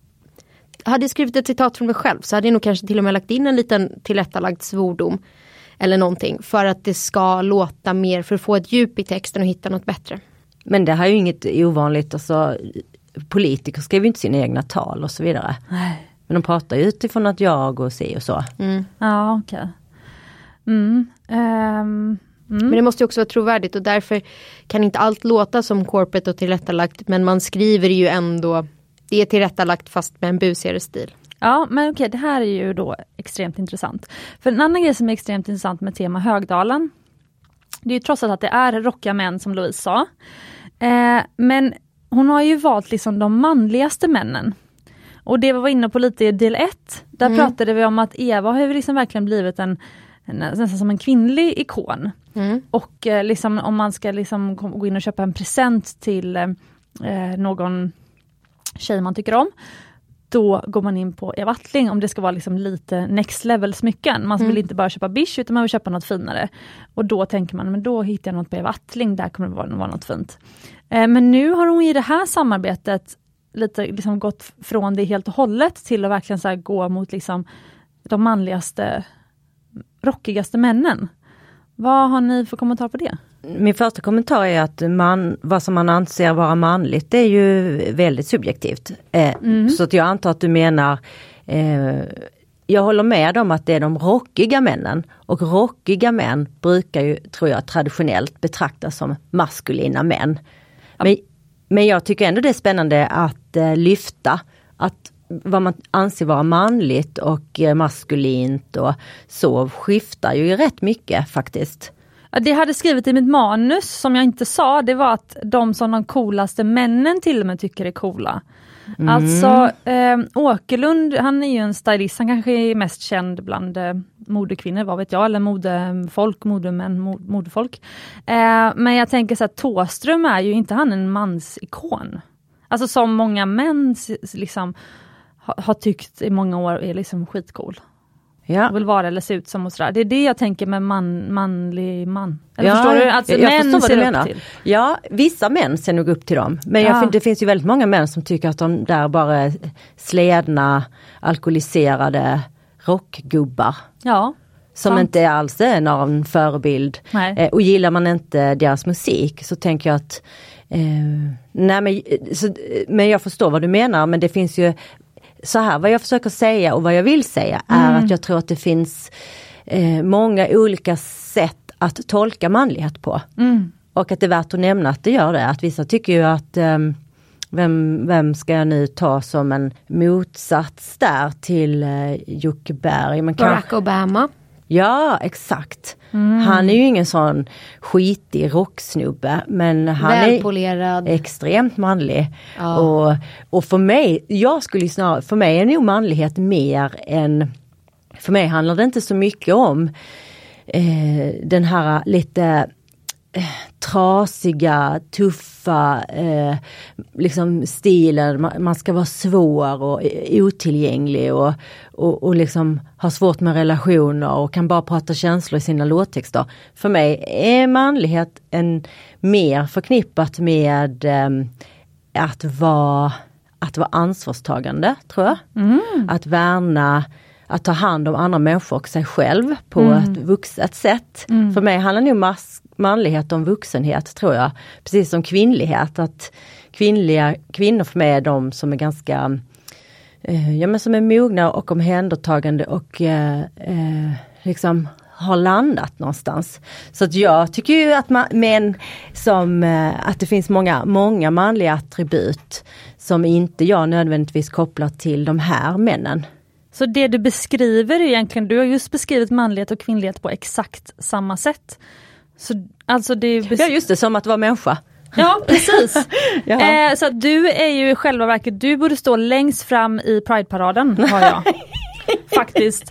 Hade jag skrivit ett citat från mig själv så hade jag nog kanske till och med lagt in en liten tillrättalagd svordom. Eller någonting. För att det ska låta mer, för att få ett djup i texten och hitta något bättre. Men det här är ju inget ovanligt. Alltså, politiker skriver ju inte sina egna tal och så vidare. Nej. Men de pratar ju utifrån att jag och se och så. Mm. Ja, okej. Okay. Mm. Um, mm. Men det måste ju också vara trovärdigt och därför kan inte allt låta som corporate och tillrättalagt. Men man skriver ju ändå, det är tillrättalagt fast med en busigare stil. Ja, men okej, det här är ju då extremt intressant. För en annan grej som är extremt intressant med tema Högdalen, det är ju trots allt att det är rockiga män som Louise sa. Eh, men hon har ju valt liksom de manligaste männen. Och det vi var inne på lite i del ett, där mm. pratade vi om att Eva har ju liksom verkligen blivit en, en nästan som en kvinnlig ikon. Mm. Och eh, liksom, om man ska liksom gå in och köpa en present till eh, någon tjej man tycker om, då går man in på Eva Attling om det ska vara liksom lite next level smycken. Man vill mm. inte bara köpa bish utan man vill köpa något finare. Och då tänker man, men då hittar jag något på Eva Attling, där kommer det vara, vara något fint. Eh, men nu har hon i det här samarbetet lite liksom gått från det helt och hållet till att verkligen så här gå mot liksom de manligaste, rockigaste männen. Vad har ni för kommentar på det? Min första kommentar är att man, vad som man anser vara manligt, det är ju väldigt subjektivt. Eh, mm. Så att jag antar att du menar, eh, jag håller med om att det är de rockiga männen. Och rockiga män brukar ju, tror jag, traditionellt betraktas som maskulina män. Ja. Men, men jag tycker ändå det är spännande att eh, lyfta att vad man anser vara manligt och eh, maskulint och så skiftar ju rätt mycket faktiskt. Det jag hade skrivit i mitt manus som jag inte sa, det var att de som de coolaste männen till och med tycker är coola. Mm. Alltså eh, Åkerlund, han är ju en stylist, han kanske är mest känd bland eh, modekvinnor, vad vet jag, eller modefolk, modemän, mod, modefolk. Eh, men jag tänker så att Thåström är ju inte han en mansikon. Alltså som många män liksom ha, har tyckt i många år är liksom skitcool. Ja. Vill vara eller se ut som och sådär. Det är det jag tänker med man, manlig man. Eller ja, förstår du? Alltså jag män förstår vad ser du upp menar. Till. Ja, vissa män ser nog upp till dem. Men ja. jag find, det finns ju väldigt många män som tycker att de där bara är sledna, alkoholiserade rockgubbar. Ja. Som sant. Inte alls är någon förebild. Eh, och gillar man inte deras musik så tänker jag att eh, nej men, så, men jag förstår vad du menar, men det finns ju så här, vad jag försöker säga och vad jag vill säga är mm. att jag tror att det finns eh, många olika sätt att tolka manlighet på. Mm. Och att det är värt att nämna att det gör det. Att vissa tycker ju att eh, vem, vem ska jag nu ta som en motsats där till eh, Jocke Berg? Men Barack kanske, Obama. Ja, exakt. Mm. Han är ju ingen sån skitig rocksnubbe, men han välpolerad. Är extremt manlig. Ja. Och, och för mig, jag skulle snarare, för mig är nog manlighet mer än, för mig handlar det inte så mycket om eh, den här lite eh, trasiga, tuffa eh, liksom stilen. Man, man ska vara svår och otillgänglig och, och, och liksom ha svårt med relationer och kan bara prata känslor i sina låttexter. För mig är manlighet en mer förknippat med eh, att vara att vara ansvarstagande, tror jag. Mm. Att värna att ta hand om andra människor och sig själv på Mm. ett vuxet sätt. Mm. För mig handlar nog mass- manlighet om vuxenhet, tror jag. Precis som kvinnlighet. Att kvinnliga, kvinnor för mig är de som är ganska eh, ja, men som är mogna och omhändertagande och eh, eh, liksom har landat någonstans. Så att jag tycker ju att man, men som eh, att det finns många, många manliga attribut som inte jag nödvändigtvis kopplar till de här männen. Så det du beskriver är egentligen, du har just beskrivit manlighet och kvinnlighet på exakt samma sätt. Så, alltså det är bes- ja, just det, som att vara människa. Ja, precis. eh, så att du är ju i själva verket, du borde stå längst fram i Pride-paraden, har jag. Faktiskt.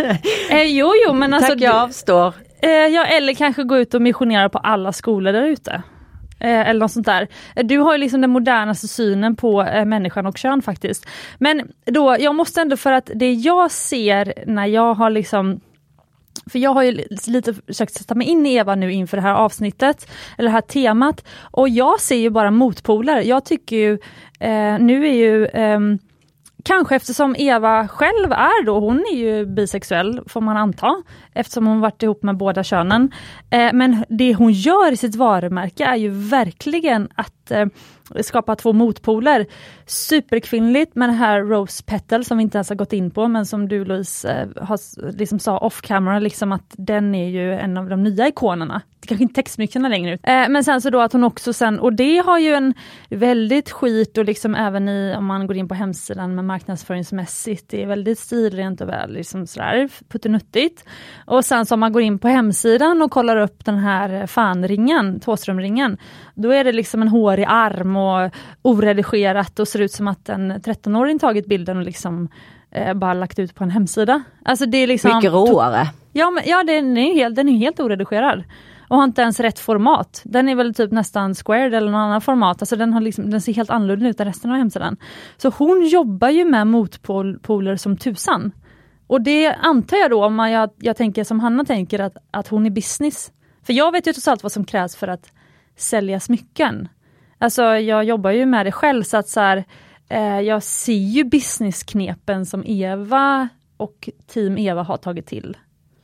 Eh, jo, jo, men alltså... Tack, jag avstår. Eh, ja, eller kanske gå ut och missionera på alla skolor där ute. Eh, eller något sånt där. Du har ju liksom den modernaste synen på eh, människan och kön faktiskt. Men då, jag måste ändå, för att det jag ser när jag har liksom... För jag har ju lite försökt sätta mig in i Eva nu inför det här avsnittet, eller det här temat. Och jag ser ju bara motpoler. Jag tycker ju, eh, nu är ju... Eh, Kanske eftersom Eva själv är då, hon är ju bisexuell får man anta, eftersom hon varit ihop med båda könen. Eh, men det hon gör i sitt varumärke är ju verkligen att eh, skapa två motpoler. Superkvinnligt med det här Rose Petal som vi inte ens har gått in på, men som du Louise eh, har, liksom sa off camera, liksom att den är ju en av de nya ikonerna. Det kanske inte textmyckena längre ut. Eh, men sen så då att hon också sen, och det har ju en väldigt skit och liksom även i, om man går in på hemsidan med marknadsföringsmässigt, det är väldigt stilrent och väl liksom sådär puttenuttigt. Och sen så om man går in på hemsidan och kollar upp den här fanringen, Thåströmringen, då är det liksom en hårig arm och oredigerat och ser ut som att en trettonåring tagit bilden och liksom eh, bara lagt ut på en hemsida. Alltså det är liksom... Mycket råare. Ja, men, ja den är helt, den är helt oredigerad. Och har inte ens rätt format. Den är väl typ nästan squared eller någon annan format. Alltså den, har liksom, den ser helt annorlunda ut än resten av hemsidan. Så hon jobbar ju med motpoler som tusan. Och det antar jag då, om man, jag, jag tänker som Hanna tänker, att, att hon är business. För jag vet ju trots allt vad som krävs för att sälja smycken. Alltså jag jobbar ju med det själv, så att så här, eh, jag ser ju businessknepen som Eva och team Eva har tagit till.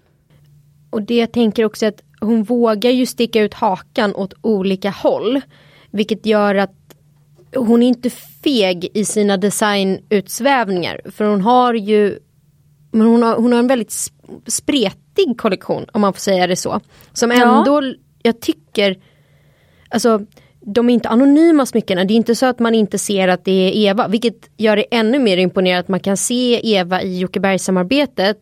Och det jag tänker också att hon vågar ju sticka ut hakan åt olika håll. Vilket gör att hon är inte feg i sina designutsvävningar. För hon har ju men hon har, hon har en väldigt spretig kollektion, om man får säga det så. Som ändå, ja. jag tycker, alltså de är inte anonyma smyckena. Det är inte så att man inte ser att det är Eva. Vilket gör det ännu mer imponerande att man kan se Eva i Jockeberg-samarbetet.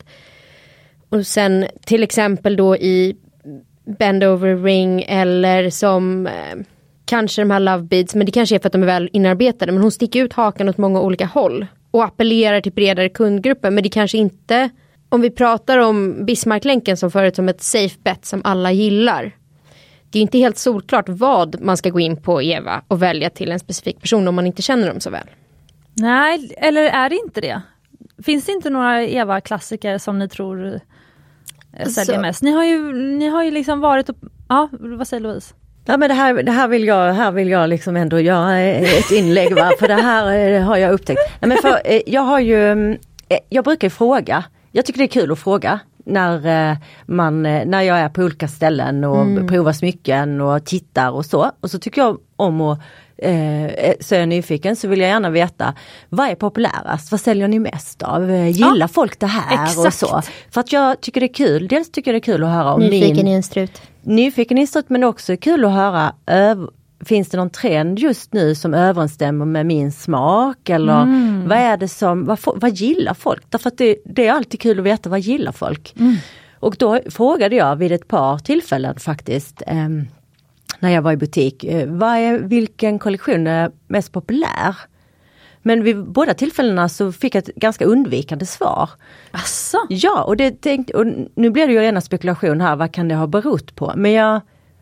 Och sen till exempel då i Bend Over Ring eller som eh, kanske de här Love Beads, men det kanske är för att de är väl inarbetade, men hon sticker ut hakan åt många olika håll och appellerar till bredare kundgrupper, men det kanske inte, om vi pratar om Bismarck-länken som förut som ett safe bet som alla gillar, det är inte helt solklart vad man ska gå in på Eva och välja till en specifik person om man inte känner dem så väl. Nej, eller är det inte det? Finns det inte några Eva-klassiker som ni tror säljer mest? Ni har ju, ni har ju liksom varit och, ja, vad säger Louise? Ja, men det här, det här vill jag, här vill jag liksom ändå göra ett inlägg, va? För det här har jag upptäckt. Nej, men för, jag har ju, jag brukar ju fråga, jag tycker det är kul att fråga när man, när jag är på olika ställen och mm. provar smycken och tittar och så. Och så tycker jag om att, eh, så är jag nyfiken, så vill jag gärna veta, vad är populärast? Vad säljer ni mest av? Gillar ja, folk det här exakt. Och så? För att jag tycker det är kul, dels tycker jag det är kul att höra om nyfiken min... i en strut. Nyfiken i en strut, men också kul att höra, öv, finns det någon trend just nu som överensstämmer med min smak? Eller mm. vad är det som, vad, vad gillar folk? Därför att det, det är alltid kul att veta, vad gillar folk? Mm. Och då frågade jag vid ett par tillfällen faktiskt, eh, när jag var i butik, eh, vad är, vilken kollektion är mest populär? Men vid båda tillfällena så fick jag ett ganska undvikande svar. Asså? Ja, och, det tänkt, och nu blir det ju rena spekulation här, vad kan det ha berott på? Men jag,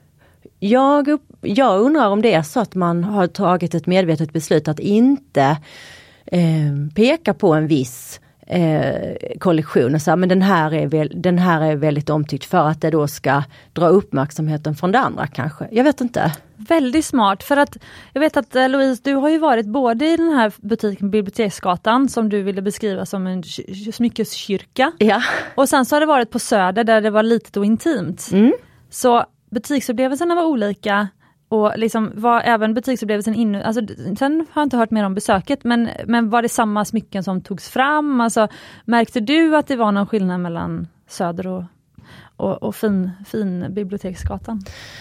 jag, jag undrar om det är så att man har tagit ett medvetet beslut att inte eh, peka på en viss eh, kollektion och så här, men den här, är väl, den här är väldigt omtyckt för att det då ska dra uppmärksamheten från det andra kanske. Jag vet inte. Väldigt smart, för att jag vet att Louise, du har ju varit både i den här butiken Biblioteksgatan som du ville beskriva som en smyckeskyrka. Ja. Och sen så har det varit på Söder där det var litet och intimt. Mm. Så butiksupplevelserna var olika. Och liksom var även butiksupplevelsen inne, alltså, sen har jag inte hört mer om besöket, men, men var det samma smycken som togs fram? Alltså, märkte du att det var någon skillnad mellan Söder och, och, och fin, fin Biblioteksgatan?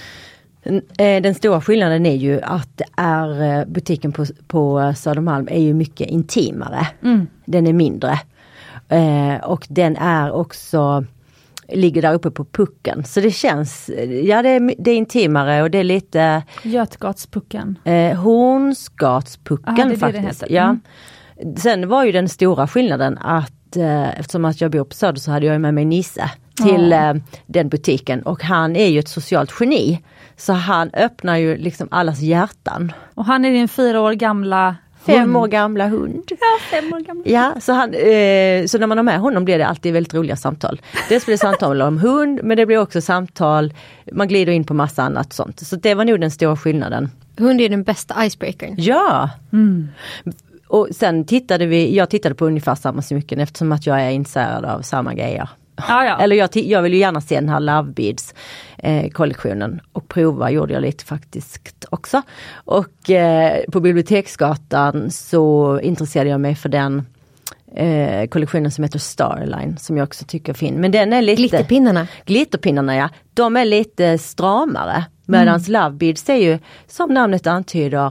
Den stora skillnaden är ju att är butiken på, på Södermalm är ju mycket intimare. Mm. Den är mindre. Eh, och den är också ligger där uppe på pucken. Så det känns, ja det är, det är intimare och det är lite Götgatspucken. Eh, Hornsgatspucken Aha, det faktiskt. Det det ja. Mm. Sen var ju den stora skillnaden att eh, eftersom att jag bor på Söder så hade jag med mig Nisse till oh. eh, den butiken. Och han är ju ett socialt geni. Så han öppnar ju liksom allas hjärtan. Och han är din fyra år gamla Fem hund. år gamla hund. Ja, fem år gamla. Ja, så, han, eh, så när man har med honom blir det alltid väldigt roliga samtal. Dels blir det samtal om hund, men det blir också samtal, man glider in på massa annat sånt. Så det var nog den stora skillnaden. Hund är den bästa icebreakern. Ja. Mm. Och sen tittade vi, jag tittade på ungefär samma smycken eftersom att jag är intresserad av samma grejer. Ja, ja. Eller jag, jag vill ju gärna se den här Love Beads eh, kollektionen och prova gjorde jag lite faktiskt också. Och eh, på Biblioteksgatan så intresserade jag mig för den eh, kollektionen som heter Starline som jag också tycker är fin. Men den är lite... Glitterpinnarna. Glitterpinnarna, ja. De är lite stramare. Medan mm. Love Beads är ju, som namnet antyder,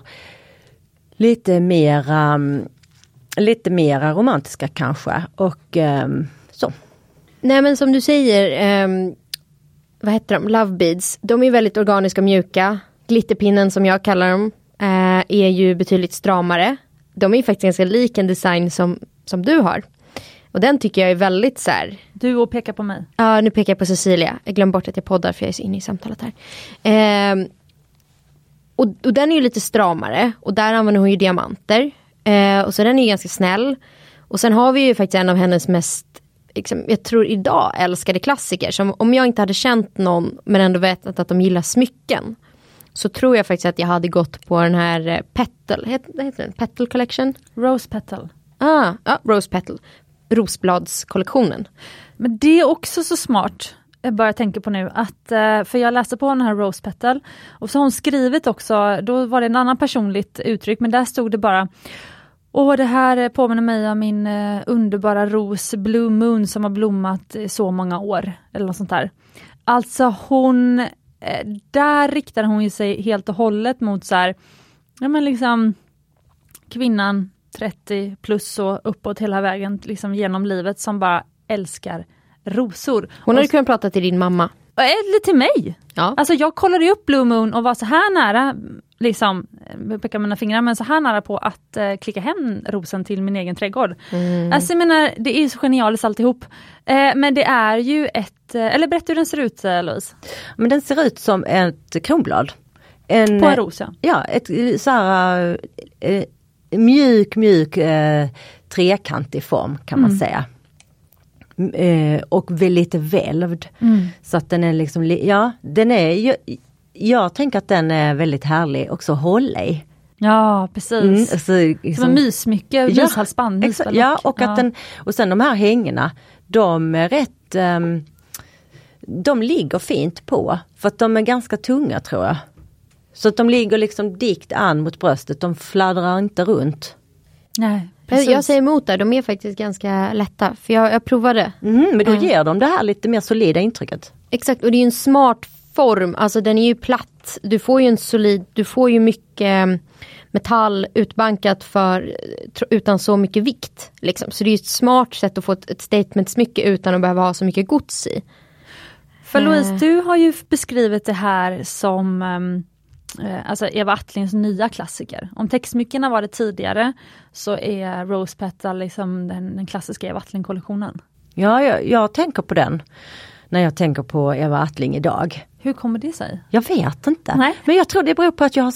lite mera, um, lite mera romantiska kanske. Och um, så. Nej men som du säger, um, vad heter de? Love Beads. De är väldigt organiska och mjuka. Glitterpinnen som jag kallar dem uh, är ju betydligt stramare. De är ju faktiskt ganska lik en design som, som du har. Och den tycker jag är väldigt så här... Du och pekar på mig. Ja, uh, nu pekar jag på Cecilia. Jag glömde bort att jag poddar för jag är så inne i samtalet här. Uh, och, och den är ju lite stramare. Och där använder hon ju diamanter. Uh, och så den är ju ganska snäll. Och sen har vi ju faktiskt en av hennes mest... Liksom, jag tror idag älskade klassiker. Som om jag inte hade känt någon men ändå vetat att de gillar smycken. Så tror jag faktiskt att jag hade gått på den här Petal. Vad heter den? Petal Collection? Rose Petal. Ah, ja, Rose Petal. Rosbladskollektionen. Men det är också så smart. Jag bara tänker på nu att, för jag läste på den här Rose Petal och så har hon skrivit också, då var det en annan personligt uttryck men där stod det bara: åh, det här påminner mig om min underbara ros Blue Moon som har blommat i så många år eller något sånt där. Alltså hon, där riktar hon ju sig helt och hållet mot så här, ja men liksom kvinnan trettio plus och uppåt hela vägen liksom genom livet som bara älskar rosor. Hon hade och, kunnat prata till din mamma. Eller till mig. Ja. Alltså jag kollade upp Blue Moon och var så här nära, liksom, jag pekar mina fingrar, men så här nära på att eh, klicka hem rosen till min egen trädgård. Mm. Alltså jag menar, det är ju så genialiskt alltihop. Eh, men det är ju ett, eh, eller berätta hur den ser ut, eh, Louise. Men den ser ut som ett kronblad. En, på en ros, ja. Ja, ett så här eh, mjuk, mjuk eh, trekantig form kan man mm. säga. Eh, och lite välvd. Mm. Så att den är liksom, ja, den är ju, jag tänker att den är väldigt härlig också att hålla i. Ja, precis. Mm, alltså, liksom, som en mysmycke, ja, myshalsband, myshalsband. Ja, och ja. Att den, och sen de här hängena, de är rätt, um, de ligger fint på, för att de är ganska tunga tror jag. Så att de ligger liksom dikt an mot bröstet, de fladdrar inte runt. Nej. Precis. Jag säger emot där, de är faktiskt ganska lätta. För jag, jag provade. Mm, men då ger de det här lite mer solida intrycket. Exakt, och det är ju en smart form. Alltså den är ju platt. Du får ju en solid, du får ju mycket metall utbankat för, utan så mycket vikt. Liksom. Så det är ju ett smart sätt att få ett, ett statement-smycke utan att behöva ha så mycket gods i. För Louise, du har ju beskrivit det här som... Um... alltså Eva Attlings nya klassiker. Om textsmyckena var det tidigare så är Rose Petal liksom den, den klassiska Eva Attling-kollektionen. Ja, jag, jag tänker på den när jag tänker på Eva Attling idag. Hur kommer det sig? Jag vet inte. Nej. Men jag tror det beror på att jag har sett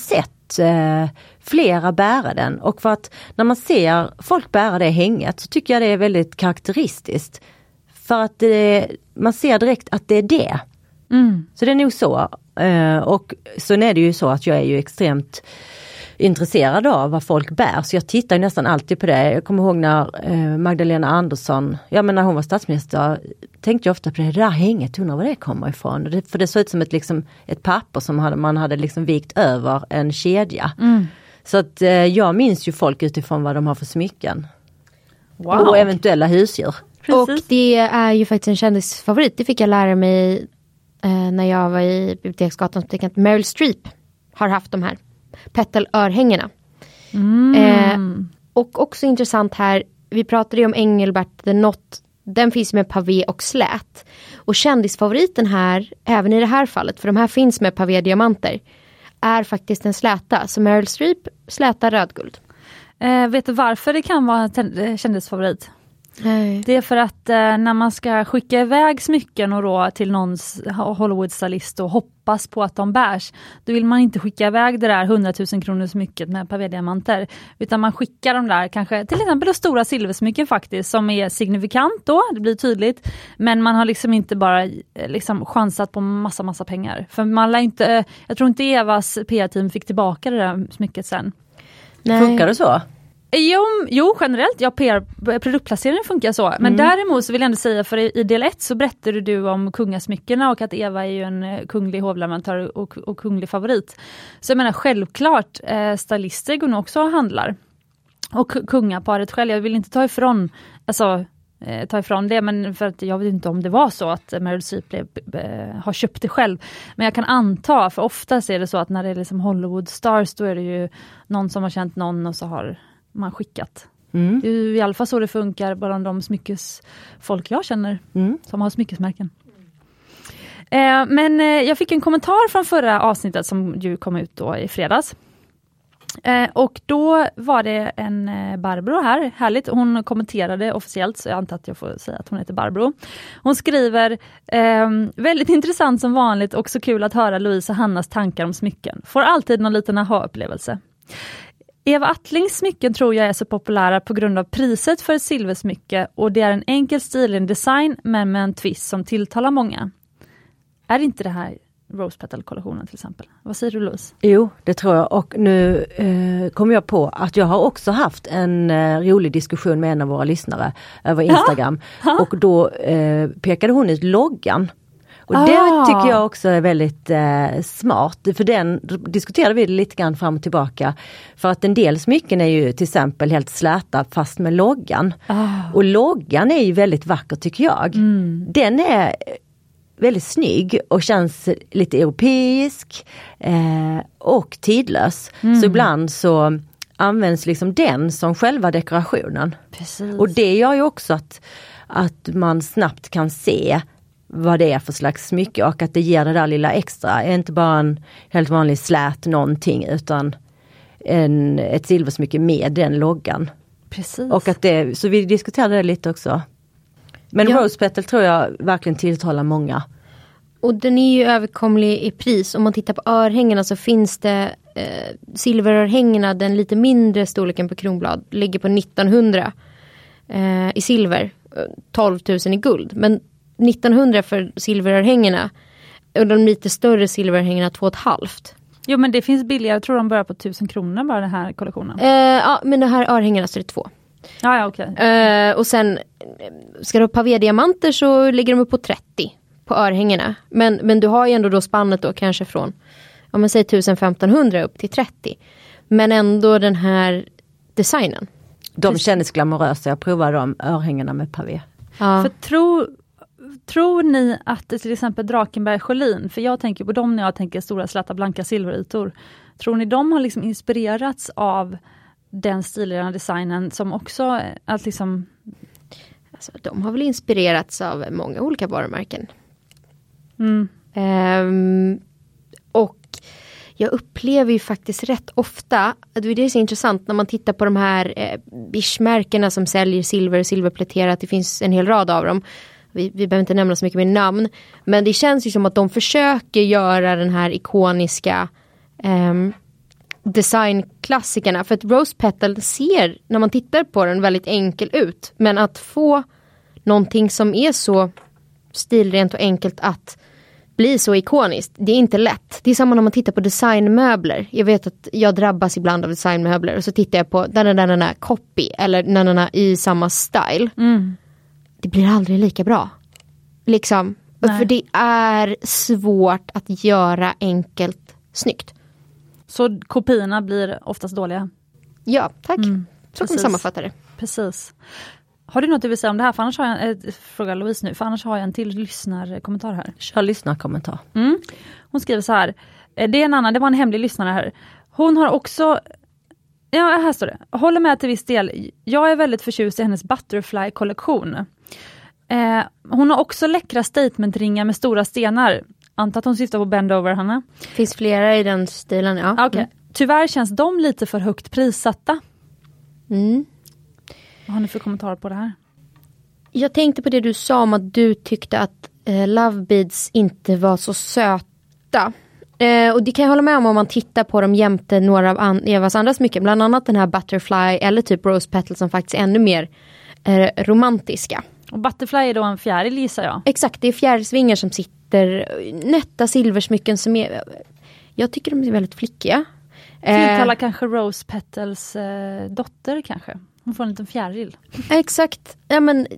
att eh, flera bära den. Och för att när man ser folk bära det hänget så tycker jag det är väldigt karaktäristiskt. För att det, man ser direkt att det är det. Mm. Så det är nog så. Eh, och så är det ju så att jag är ju extremt intresserad av vad folk bär. Så jag tittar nästan alltid på det. Jag kommer ihåg när eh, Magdalena Andersson, ja men när hon var statsminister, tänkte jag ofta på det, det där hänget, undrar var det kommer ifrån. Det, för det såg ut som ett, liksom, ett papper som hade, man hade liksom vikt över en kedja. Mm. Så att eh, jag minns ju folk utifrån vad de har för smycken. Wow. Och eventuella husdjur. Precis. Och det är ju faktiskt en kändisfavorit. Det fick jag lära mig eh, när jag var i Biblioteksgatans butik. Meryl Streep har haft de här petalörhängena. Mm. Eh, och också intressant här, vi pratade ju om Engelbert the Knot, den finns med pavé och slät. Och kändisfavoriten här, även i det här fallet, för de här finns med pavé-diamanter, är faktiskt en släta. Så Meryl Streep, släta rödguld. Eh, vet du varför det kan vara en kändisfavorit? Nej. Det är för att eh, när man ska skicka iväg smycken och då till någons Hollywood-stylist och hoppas på att de bärs, då vill man inte skicka iväg det där hundratusen kronor smycket med pavé-diamanter, utan man skickar de där kanske till exempel stora silversmycken faktiskt, som är signifikant då, det blir tydligt, men man har liksom inte bara eh, liksom chansat på massa massa pengar. För man lär inte, eh, jag tror inte Evas P R-team fick tillbaka det där smycket sen. Nej. Funkar det så? Jo, jo, generellt, ja, P R, produktplaceringen funkar så. Men mm. däremot så vill jag ändå säga, för i, i del ett så berättade du om kungasmyckorna och att Eva är ju en kunglig hovleverantör och, och kunglig favorit. Så jag menar, självklart, eh, stylister går nog också och handlar. Och kungaparet själv, jag vill inte ta ifrån, alltså, eh, ta ifrån det, men för att jag vet inte om det var så att Meryl Streep blev, eh, har köpt det själv. Men jag kan anta, för oftast är det så att när det är liksom Hollywood stars, då är det ju någon som har känt någon och så har man skickat. Mm. Det är ju i alla fall så det funkar bland de smyckesfolk jag känner mm. som har smyckesmärken. Eh, men eh, jag fick en kommentar från förra avsnittet som ju kom ut då i fredags. Eh, och då var det en eh, Barbro här, härligt. Hon kommenterade officiellt, så jag antar att jag får säga att hon heter Barbro. Hon skriver, eh, väldigt intressant som vanligt och så kul att höra Louise och Hannas tankar om smycken. Får alltid någon liten aha-upplevelse. Eva Attlings smycken tror jag är så populära på grund av priset för ett silversmycke, och det är en enkel stilig design men med en twist som tilltalar många. Är inte det här Rose Petal-kollektionen till exempel? Vad säger du, Louise? Jo, det tror jag, och nu eh, kommer jag på att jag har också haft en eh, rolig diskussion med en av våra lyssnare över Instagram ja. och då eh, pekade hon ut loggan. Och ah. det tycker jag också är väldigt eh, smart. För den diskuterade vi lite grann fram och tillbaka. För att en del smycken är ju till exempel helt släta fast med loggan. Ah. Och loggan är ju väldigt vacker tycker jag. Mm. Den är väldigt snygg och känns lite europeisk eh, och tidlös. Mm. Så ibland så används liksom den som själva dekorationen. Precis. Och det gör ju också att, att man snabbt kan se vad det är för slags smycke och att det ger det där lilla extra. Är inte bara en helt vanlig slät någonting utan en, ett silversmycke med den loggan. Precis. Och att det, så vi diskuterade det lite också. Men ja. Rose Petal tror jag verkligen tilltalar många. Och den är ju överkomlig i pris. Om man tittar på örhängena så finns det eh, silverörhängena, den lite mindre storleken på kronblad, ligger på nittonhundra eh, i silver, tolv tusen i guld. Men nittonhundra för silverörhängena och de lite större silverörhängena två och ett halvt. Jo, men det finns billigare, jag tror de börjar på tusen kronor bara den här kollektionen. Eh, ja, men det här örhängena så är det två. Ja, ja, okej. Okay. Eh, och sen ska du ha pavé-diamanter så ligger de upp på trettio på örhängena. Men, men du har ju ändå då spannet då kanske från, om man säger tusen femtonhundra upp till trettio. Men ändå den här designen. De kändes glamorösa, jag provade de örhängena med pavé. Ja. För tro... Tror ni att till exempel Drakenberg Sjölin, för jag tänker på dem när jag tänker stora släta blanka silverytor, tror ni de har liksom inspirerats av den stiliga designen som också att liksom... Alltså, de har väl inspirerats av många olika varumärken. Mm. Um, och jag upplever ju faktiskt rätt ofta, det är det så intressant när man tittar på de här eh, bischmärkena som säljer silver och silverpläterat, det finns en hel rad av dem. Vi, vi behöver inte nämna så mycket med namn. Men det känns ju som att de försöker göra den här ikoniska eh, designklassikerna. För att Rose Petal ser, när man tittar på den, väldigt enkel ut. Men att få någonting som är så stilrent och enkelt att bli så ikoniskt, det är inte lätt. Det är samma när man tittar på designmöbler. Jag vet att jag drabbas ibland av designmöbler och så tittar jag på den den den copy eller den den i samma style. Mm. Det blir aldrig lika bra. Liksom. Nej. För det är svårt att göra enkelt snyggt. Så kopiorna blir oftast dåliga? Ja, tack. Mm, så kan man sammanfatta det. Precis. Har du något du vill säga om det här? För annars har jag, äh, fråga Louise nu, för annars har jag en till lyssnarkommentar här. Kör lyssnarkommentar. Mm. Hon skriver så här, det är en annan, det var en hemlig lyssnare här. Hon har också, ja här står det, håller med till viss del. Jag är väldigt förtjust i hennes Butterfly-kollektion. Eh, hon har också läckra statementringar med stora stenar. Antar att hon syftar på Bend Over, Hanna. Finns flera i den stilen, ja. Ah, okay. Mm. Tyvärr känns de lite för högt prissatta. Mm. Vad har ni för kommentarer på det här? Jag tänkte på det du sa om att du tyckte att eh, Love Beads inte var så söta. Eh, och det kan jag hålla med om om man tittar på dem jämte några av an- Evas andra smycken. Bland annat den här Butterfly eller typ Rose Petal som faktiskt är ännu mer eh, romantiska. Och Butterfly är då en fjäril, gissar jag. Exakt, det är fjärilsvingar som sitter, nätta silversmycken som är, jag tycker de är väldigt flickiga. Tilltalar eh, kanske Rose Petals eh, dotter kanske. Hon får en liten fjäril. Exakt, ja men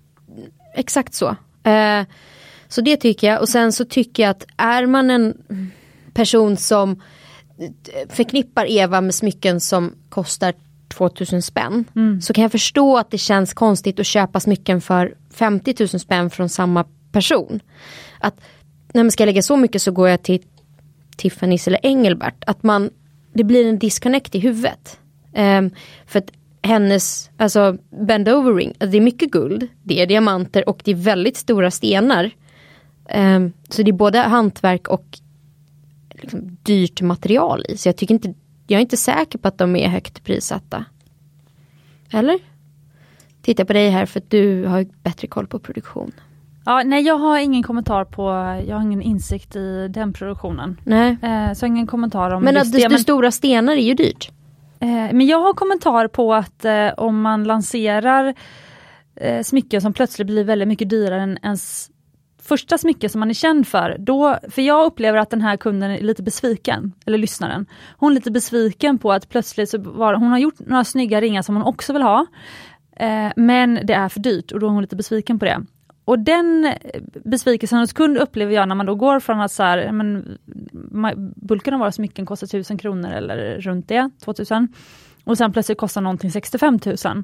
exakt så. Eh, så det tycker jag. Och sen så tycker jag att är man en person som förknippar Eva med smycken som kostar tvåtusen spänn. Mm. Så kan jag förstå att det känns konstigt att köpa smycken för femtio tusen spänn från samma person. Att när man ska lägga så mycket så går jag till Tiffany's eller Engelbert. Att man, det blir en disconnect i huvudet. Um, för att hennes, alltså Bend Over ring, det är mycket guld, det är diamanter och det är väldigt stora stenar. Um, så det är både hantverk och liksom dyrt material i. Så jag tycker inte, jag är inte säker på att de är högt prissatta. Eller? Titta på dig här för att du har bättre koll på produktion. Ja, nej, jag har ingen kommentar på, jag har ingen insikt i den produktionen. Nej. Eh, så ingen kommentar om men just att det. Men att stora stenar är ju dyrt. Eh, men jag har kommentar på att eh, om man lanserar eh, smycken som plötsligt blir väldigt mycket dyrare än ens första smycke som man är känd för, då, för jag upplever att den här kunden är lite besviken, eller lyssnaren. Hon är lite besviken på att plötsligt så var, hon har gjort några snygga ringar som hon också vill ha, eh, men det är för dyrt och då är hon lite besviken på det. Och den besvikelsen hos kund upplever jag när man då går från att så här, men, bulken av våra smycken kostar tusen kronor eller runt det, tvåtusen, och sen plötsligt kostar någonting sextiofem tusen.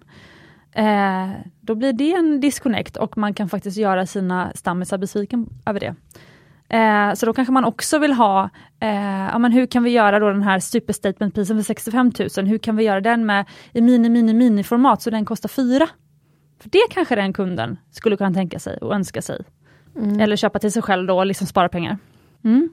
Eh, då blir det en disconnect och man kan faktiskt göra sina stammisar besviken över det. Eh, så då kanske man också vill ha, eh, ja, men hur kan vi göra då den här superstatementprisen för sextiofem tusen? Hur kan vi göra den med i mini mini mini format så den kostar fyra? För det kanske den kunden skulle kunna tänka sig och önska sig. Mm. Eller köpa till sig själv då och liksom spara pengar. Mm.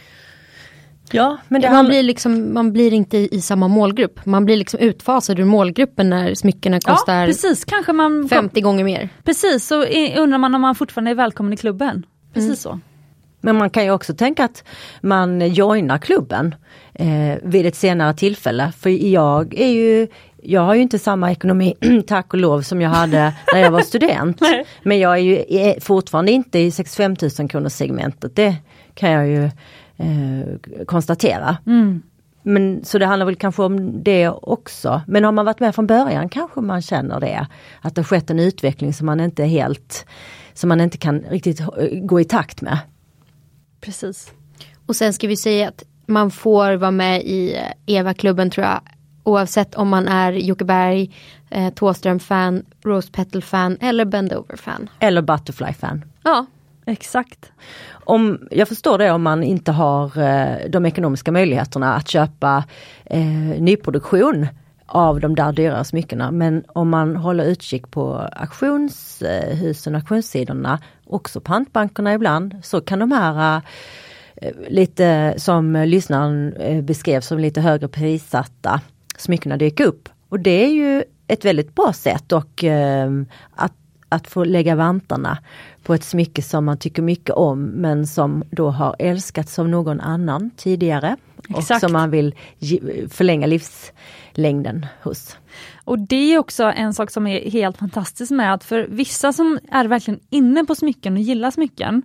Ja, men det ja, man, blir liksom, man blir inte i, i samma målgrupp. Man blir liksom utfasad ur målgruppen när smyckerna kostar ja, precis. Kanske man femtio gånger mer. Precis, så undrar man om man fortfarande är välkommen i klubben. Precis mm. så. Men man kan ju också tänka att man joinar klubben eh, vid ett senare tillfälle. För jag är ju, jag har ju inte samma ekonomi, tack och lov, som jag hade när jag var student. Men jag är ju är fortfarande inte i sextiofem tusen kronors segmentet. Det kan jag ju eh, konstatera. Mm. Men, så det handlar väl kanske om det också. Men har man varit med från början kanske man känner det. Att det har skett en utveckling som man inte helt, som man inte kan riktigt gå i takt med. Precis. Och sen ska vi säga att man får vara med i Eva-klubben tror jag. Oavsett om man är Jocke Berg, eh, Thåström-fan, Rose Petal-fan eller Bend Over-fan. Eller Butterfly-fan. Ja, exakt. Om, jag förstår det om man inte har eh, de ekonomiska möjligheterna att köpa eh, nyproduktion av de där dyra smyckena. Men om man håller utkik på auktionshusen och auktionssidorna, också pantbankerna ibland, så kan de här eh, lite som lyssnaren eh, beskrev som lite högre prissatta smyckena dyka upp. Och det är ju ett väldigt bra sätt och, eh, att, att få lägga vantarna på ett smycke som man tycker mycket om men som då har älskats av någon annan tidigare. Exakt. Och som man vill förlänga livslängden hos. Och det är också en sak som är helt fantastisk med att för vissa som är verkligen inne på smycken och gillar smycken,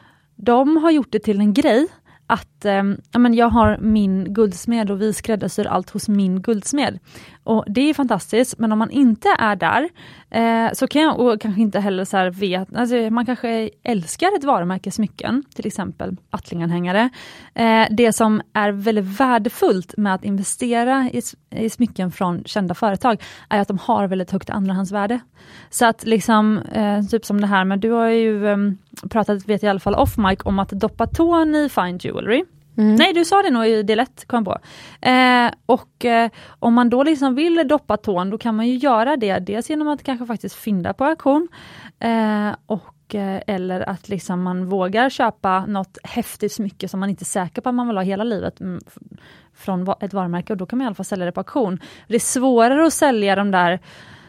de har gjort det till en grej att eh, ja, men jag har min guldsmed och vi skräddarsyr allt hos min guldsmed. Och det är fantastiskt, men om man inte är där eh, så kan jag och kanske inte heller så här vet, alltså man kanske älskar ett varumärke smycken, till exempel Attlinganhängare. Eh, det som är väldigt värdefullt med att investera i, i smycken från kända företag är att de har väldigt högt andrahandsvärde. Så att liksom, eh, typ som det här, men du har ju eh, pratat, vet jag i alla fall off mic, om att doppa tån i fine jewelry. Mm. Nej, du sa det nog i del ett, kom på. Eh, och eh, om man då liksom vill doppa tån, då kan man ju göra det. Dels genom att kanske faktiskt fynda på auktion. Eh, och, eh, eller att liksom man vågar köpa något häftigt smycke som man inte är säker på att man vill ha hela livet mm, från ett varumärke. Och då kan man i alla fall sälja det på auktion. Det är svårare att sälja de där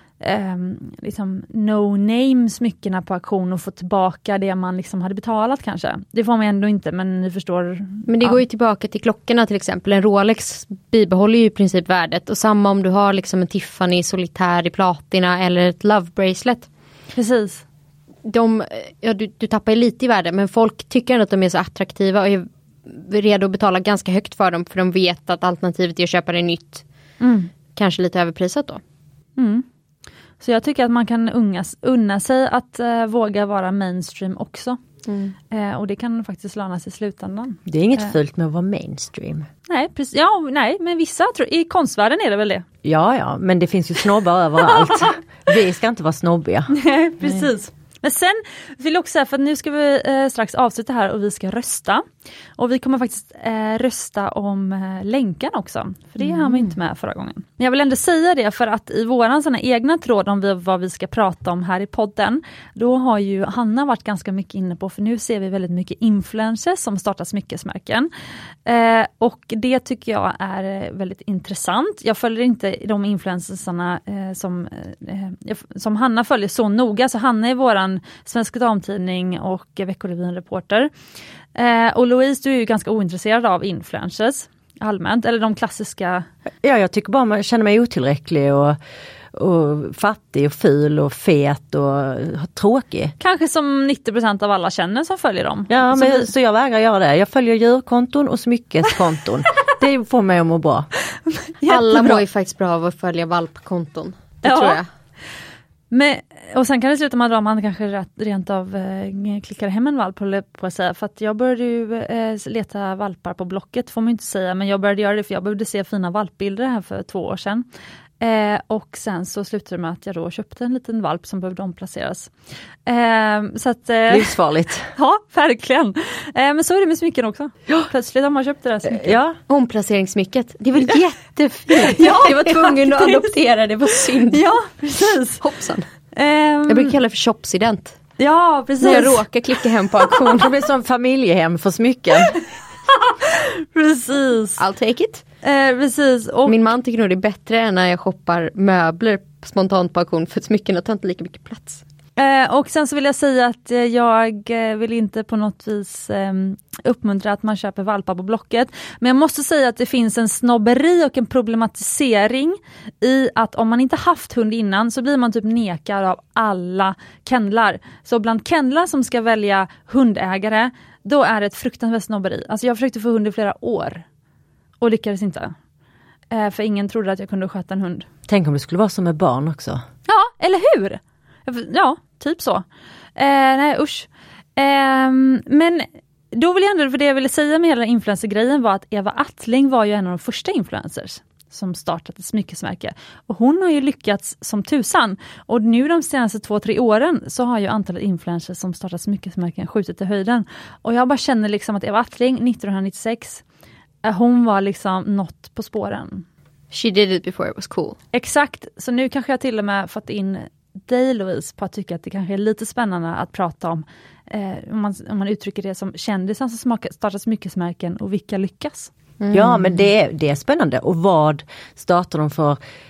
Um, liksom no-name smyckena på auktion och få tillbaka det man liksom hade betalat kanske. Det får man ändå inte, men ni förstår. Men det ja. går ju tillbaka till klockorna till exempel. En Rolex bibehåller ju i princip värdet. Och samma om du har liksom en Tiffany solitär i platina eller ett Love Bracelet. Precis. De, ja, du, du tappar ju lite i värde, men folk tycker ändå att de är så attraktiva och är redo att betala ganska högt för dem, för de vet att alternativet är att köpa det nytt. Mm. Kanske lite överprisat då. Mm. Så jag tycker att man kan ungas, unna sig att uh, våga vara mainstream också. Mm. Uh, och det kan faktiskt löna sig i slutändan. Det är inget uh. fult med att vara mainstream. Nej, precis. Ja, nej, men vissa tror, i konstvärlden är det väl det. Ja, ja, men det finns ju snobbar överallt. Vi ska inte vara snobbiga. Nej, precis. Men sen vill jag också säga, för att nu ska vi eh, strax avsluta här och vi ska rösta. Och vi kommer faktiskt eh, rösta om eh, länken också. För det mm. hann vi inte med förra gången. Men jag vill ändå säga det, för att i våran såna egna tråd om vi, vad vi ska prata om här i podden, då har ju Hanna varit ganska mycket inne på, för nu ser vi väldigt mycket influencers som startar smyckesmärken. Eh, och det tycker jag är väldigt intressant. Jag följer inte de influencersarna eh, som, eh, som Hanna följer så noga, så Hanna är våran Svenska Damtidning och Veckorevyn-reporter. Eh, och Louise, du är ju ganska ointresserad av influencers allmänt, eller de klassiska. Ja, jag tycker bara man känner mig otillräcklig och, och fattig och ful och fet och tråkig. Kanske som nittio procent av alla känner som följer dem. Ja, så, men, vi... så jag vägrar göra det. Jag följer djurkonton och smyckeskonton. Det får mig att må bra. Alla mår ju faktiskt bra av att följa valpkonton. Det ja. tror jag. Men, och sen kan det sluta med att man kanske rent av eh, klickar hem en valp på, på att säga. För att jag började ju eh, leta valpar på Blocket, får man inte säga. Men jag började göra det för jag behövde se fina valpbilder här för två år sedan. Eh, och sen så slutade det med att jag då köpte en liten valp som behövde omplaceras. Eh, så att, eh, livsfarligt. Ja, verkligen. Eh, men så är det med smycken också. Ja. Plötsligt har man köpt det där smycket. Ja. Omplaceringsmycket. Det är väl jättefint. Ja, jag var tvungen att adoptera, det var synd. Ja, precis. Hoppsan. Um, jag brukar kalla det för shopsident. Ja, precis. När jag råkar klicka hem på auktion. Det blir som familjehem för smycken. Precis. I'll take it. Eh, precis. Och min man tycker nog det är bättre än när jag shoppar möbler spontant på auktion, för smycken tar inte lika mycket plats. Eh, och sen så vill jag säga att eh, jag eh, vill inte på något vis eh, uppmuntra att man köper valpar på Blocket. Men jag måste säga att det finns en snobberi och en problematisering i att om man inte haft hund innan så blir man typ nekad av alla kennlar. Så bland kennlar som ska välja hundägare, då är det ett fruktansvärt snobberi. Alltså jag försökte få hund i flera år och lyckades inte. Eh, för ingen trodde att jag kunde sköta en hund. Tänk om det skulle vara som med barn också. Ja, eller hur? Ja, typ så. Eh, nej, usch. Eh, men då vill jag ändå, för det jag ville säga med hela influencer-grejen var att Eva Attling var ju en av de första influencers som startat ett smyckesmärke. Och hon har ju lyckats som tusan. Och nu de senaste två, tre åren så har ju antalet influencers som startat smyckesmärken skjutit i höjden. Och jag bara känner liksom att Eva Attling nittonhundranittiosex, hon var liksom något på spåren. She did it before it was cool. Exakt, så nu kanske jag till och med fått in dig, Louise, på att tycka att det kanske är lite spännande att prata om, eh, om, man, om man uttrycker det som kändisar som startar smyckesmärken och vilka lyckas. Mm. Ja, men det är, det är spännande. Och vad startar de för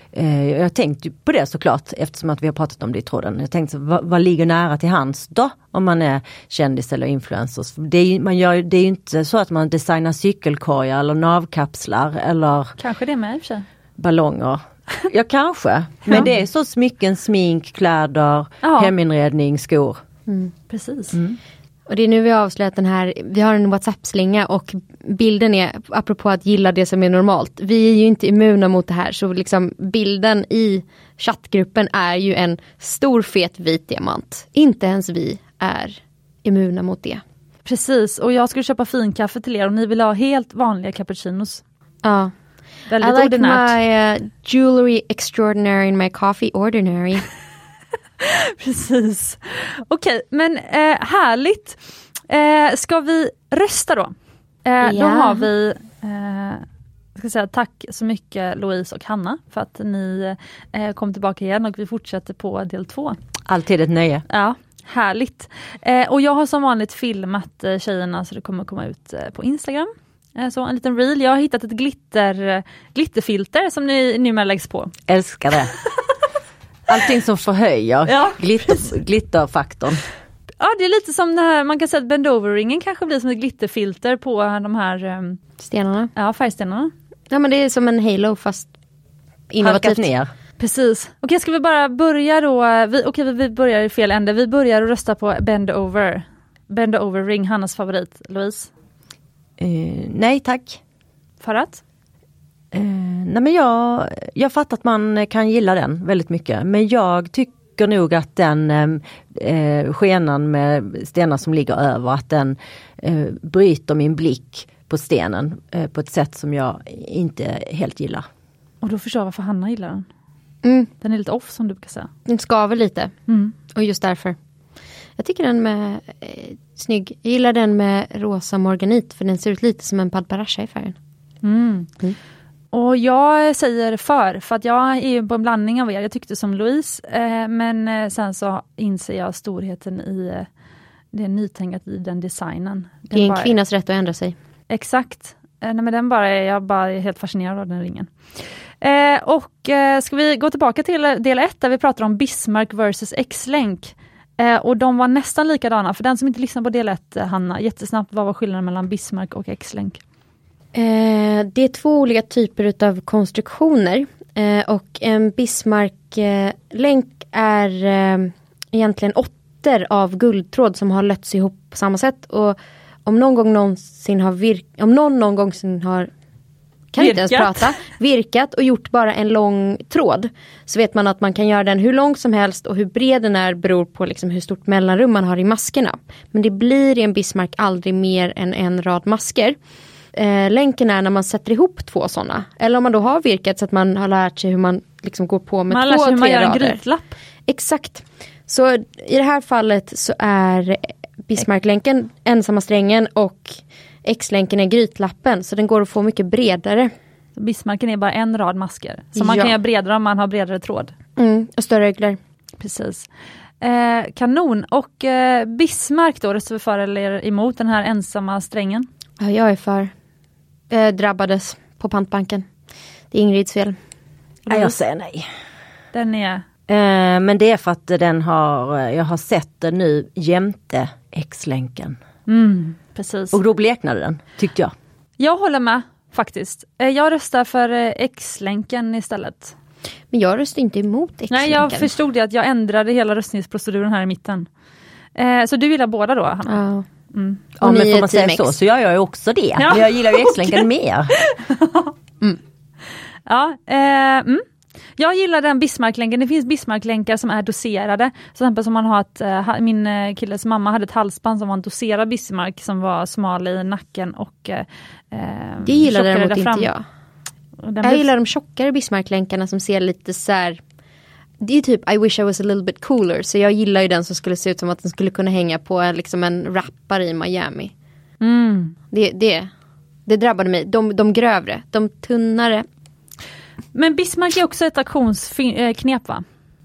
eh, jag tänkte på det såklart eftersom att vi har pratat om det i tråden. Jag tänkte, vad, vad ligger nära till hands då om man är kändis eller influencers? Det är ju, man gör, det är ju inte så att man designar cykelkorgar eller navkapslar eller kanske det med i och för sig. Ballonger. Ja, kanske. Men ja. Det är så smycken, smink, kläder, ja. Heminredning, skor. Mm. Precis. Mm. Och det är nu vi har avslöjat den här, vi har en WhatsApp-slinga och bilden är, apropå att gilla det som är normalt. Vi är ju inte immuna mot det här, så liksom bilden i chattgruppen är ju en stor fet vit diamant. Inte ens vi är immuna mot det. Precis, och jag skulle köpa finkaffe till er om ni vill ha helt vanliga cappuccinos. Ja. Väldigt I like ordinärt. my uh, jewelry extraordinary and my coffee ordinary. Precis. Okej, men eh, härligt. Eh, ska vi rösta då? Eh, ja. Då har vi eh, jag ska säga tack så mycket Louise och Hanna för att ni eh, kom tillbaka igen och vi fortsätter på del två. Alltid ett nöje. Ja, härligt. Eh, och jag har som vanligt filmat eh, tjejerna så det kommer komma ut eh, på Instagram. Eh, så en liten reel. Jag har hittat ett glitter, glitterfilter som ni numera läggs på. Älskar det. Allting som förhöjer ja, glitter, glitterfaktorn. Ja, det är lite som det här, man kan säga att bend over-ringen kanske blir som ett glitterfilter på de här um, stenarna. Ja, färgstenarna. Ja, men det är som en halo fast innovativt. Ner. Precis. Okej, ska vi bara börja då? Vi, okej, vi, vi börjar i fel ände. Vi börjar att rösta på bend over. Bend over ring, Hannas favorit. Louise? Uh, nej, tack. För att? Uh, nej, men jag, jag fattar att man kan gilla den väldigt mycket. Men jag tycker nog att den eh, skenan med stenar som ligger över, att den eh, bryter min blick på stenen eh, på ett sätt som jag inte helt gillar. Och då förstår jag varför Hanna gillar den. Mm. Den är lite off som du brukar säga. Den skaver lite. Mm. Och just därför. Jag tycker den med eh, snygg. Jag gillar den med rosa morganit för den ser ut lite som en padparasha i färgen. Mm. Mm. Och jag säger för, för att jag är ju på en blandning av er. Jag tyckte som Louise, eh, men eh, sen så inser jag storheten i eh, det nytänkat i den designen. Den det är en bara, kvinnas rätt att ändra sig. Exakt. Eh, nej, men den bara, jag bara är helt fascinerad av den ringen. Eh, och eh, ska vi gå tillbaka till del ett där vi pratar om Bismarck versus X-Länk. Eh, och de var nästan likadana. För den som inte lyssnar på del ett, Hanna, jättesnabbt, vad var skillnaden mellan Bismarck och X-Länk? Eh, det är två olika typer av konstruktioner eh, och en Bismarck-länk eh, är eh, egentligen åttor av guldtråd som har lötts ihop på samma sätt och om någon gång någonsin har virk- om någon någon gång har kan inte ens prata, virkat och gjort bara en lång tråd så vet man att man kan göra den hur lång som helst och hur bred den är beror på liksom hur stort mellanrum man har i maskerna. Men det blir i en Bismarck aldrig mer än en rad masker. Eh, länken är när man sätter ihop två sådana. Eller om man då har virkat så att man har lärt sig hur man liksom går på med man två och tre rader. Man lär sig hur man gör en grytlapp. Exakt. Så i det här fallet så är Bismarck-länken ensamma strängen och X-länken är grytlappen. Så den går att få mycket bredare. Bismarcken är bara en rad masker. Så man ja. kan göra bredare om man har bredare tråd. Mm, och större regler. Precis. Eh, kanon. Och eh, Bismarck då, röstar vi för eller emot den här ensamma strängen? Ja, jag är för. Jag drabbades på pantbanken. Det är Ingrids fel. Ja, jag säger nej. Den är... Eh, men det är för att den har, jag har sett den nu jämte X-länken. Mm, precis. Och då bleknade den, tyckte jag. Jag håller med, faktiskt. Eh, jag röstar för eh, X-länken istället. Men jag röstar inte emot X-länken. Nej, jag förstod det att jag ändrade hela röstningsproceduren här i mitten. Eh, så du gillar båda då, Hanna? Ja. Mm. Ja, men får man säga så, så gör jag ju också det. Ja. Men jag gillar ju X-länken mer. mm. Ja, eh, mm. Jag gillar den Bismarck-länken. Det finns Bismarck-länkar som är doserade. Så exempel som man har ett, uh, min uh, killes mamma hade ett halsband som var en doserad Bismarck som var smal i nacken och uh, det gillar däremot inte jag. Den jag blir... gillar de tjockare Bismarck-länkarna som ser lite så här. Det är typ I wish I was a little bit cooler. Så jag gillar ju den som skulle se ut som att den skulle kunna hänga på liksom en rappare i Miami. Mm. Det, det, det drabbade mig. De, de grövre, de tunnare. Men Bismarck är också ett auktionsknep, va?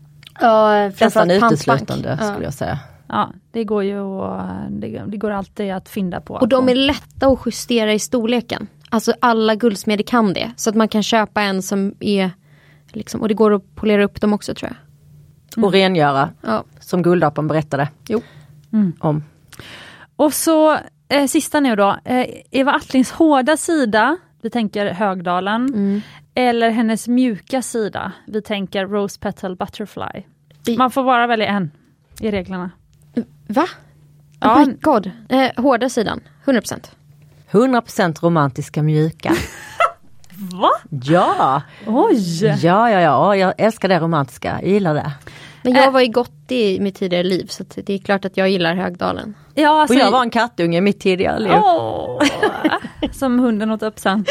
Ja, nästan uteslutande ja. skulle jag säga. Ja, det går ju att, det, det går alltid att finna på. Och de är lätta att justera i storleken. Alltså alla guldsmeder kan det. Så att man kan köpa en som är Liksom. Och det går att polera upp dem också tror jag. Mm. Och rengöra, ja. som Guldapan berättade jo. Mm. om. Och så eh, sista nu då, eh, Eva Attlings hårda sida, vi tänker Högdalen, mm. eller hennes mjuka sida, vi tänker Rose Petal Butterfly. I... Man får bara välja en i reglerna. Va? Oh ja. my god. Eh, hårda sidan, hundra procent. hundra procent romantiska mjuka. Va? Ja. Oj. Ja, ja, ja. Jag älskar det romantiska. Jag gillar det. Men jag var ju gott i mitt tidigare liv så det är klart att jag gillar Högdalen. Ja, alltså, och jag var en kattunge i mitt tidigare liv. Åh, som hunden åt upp sen.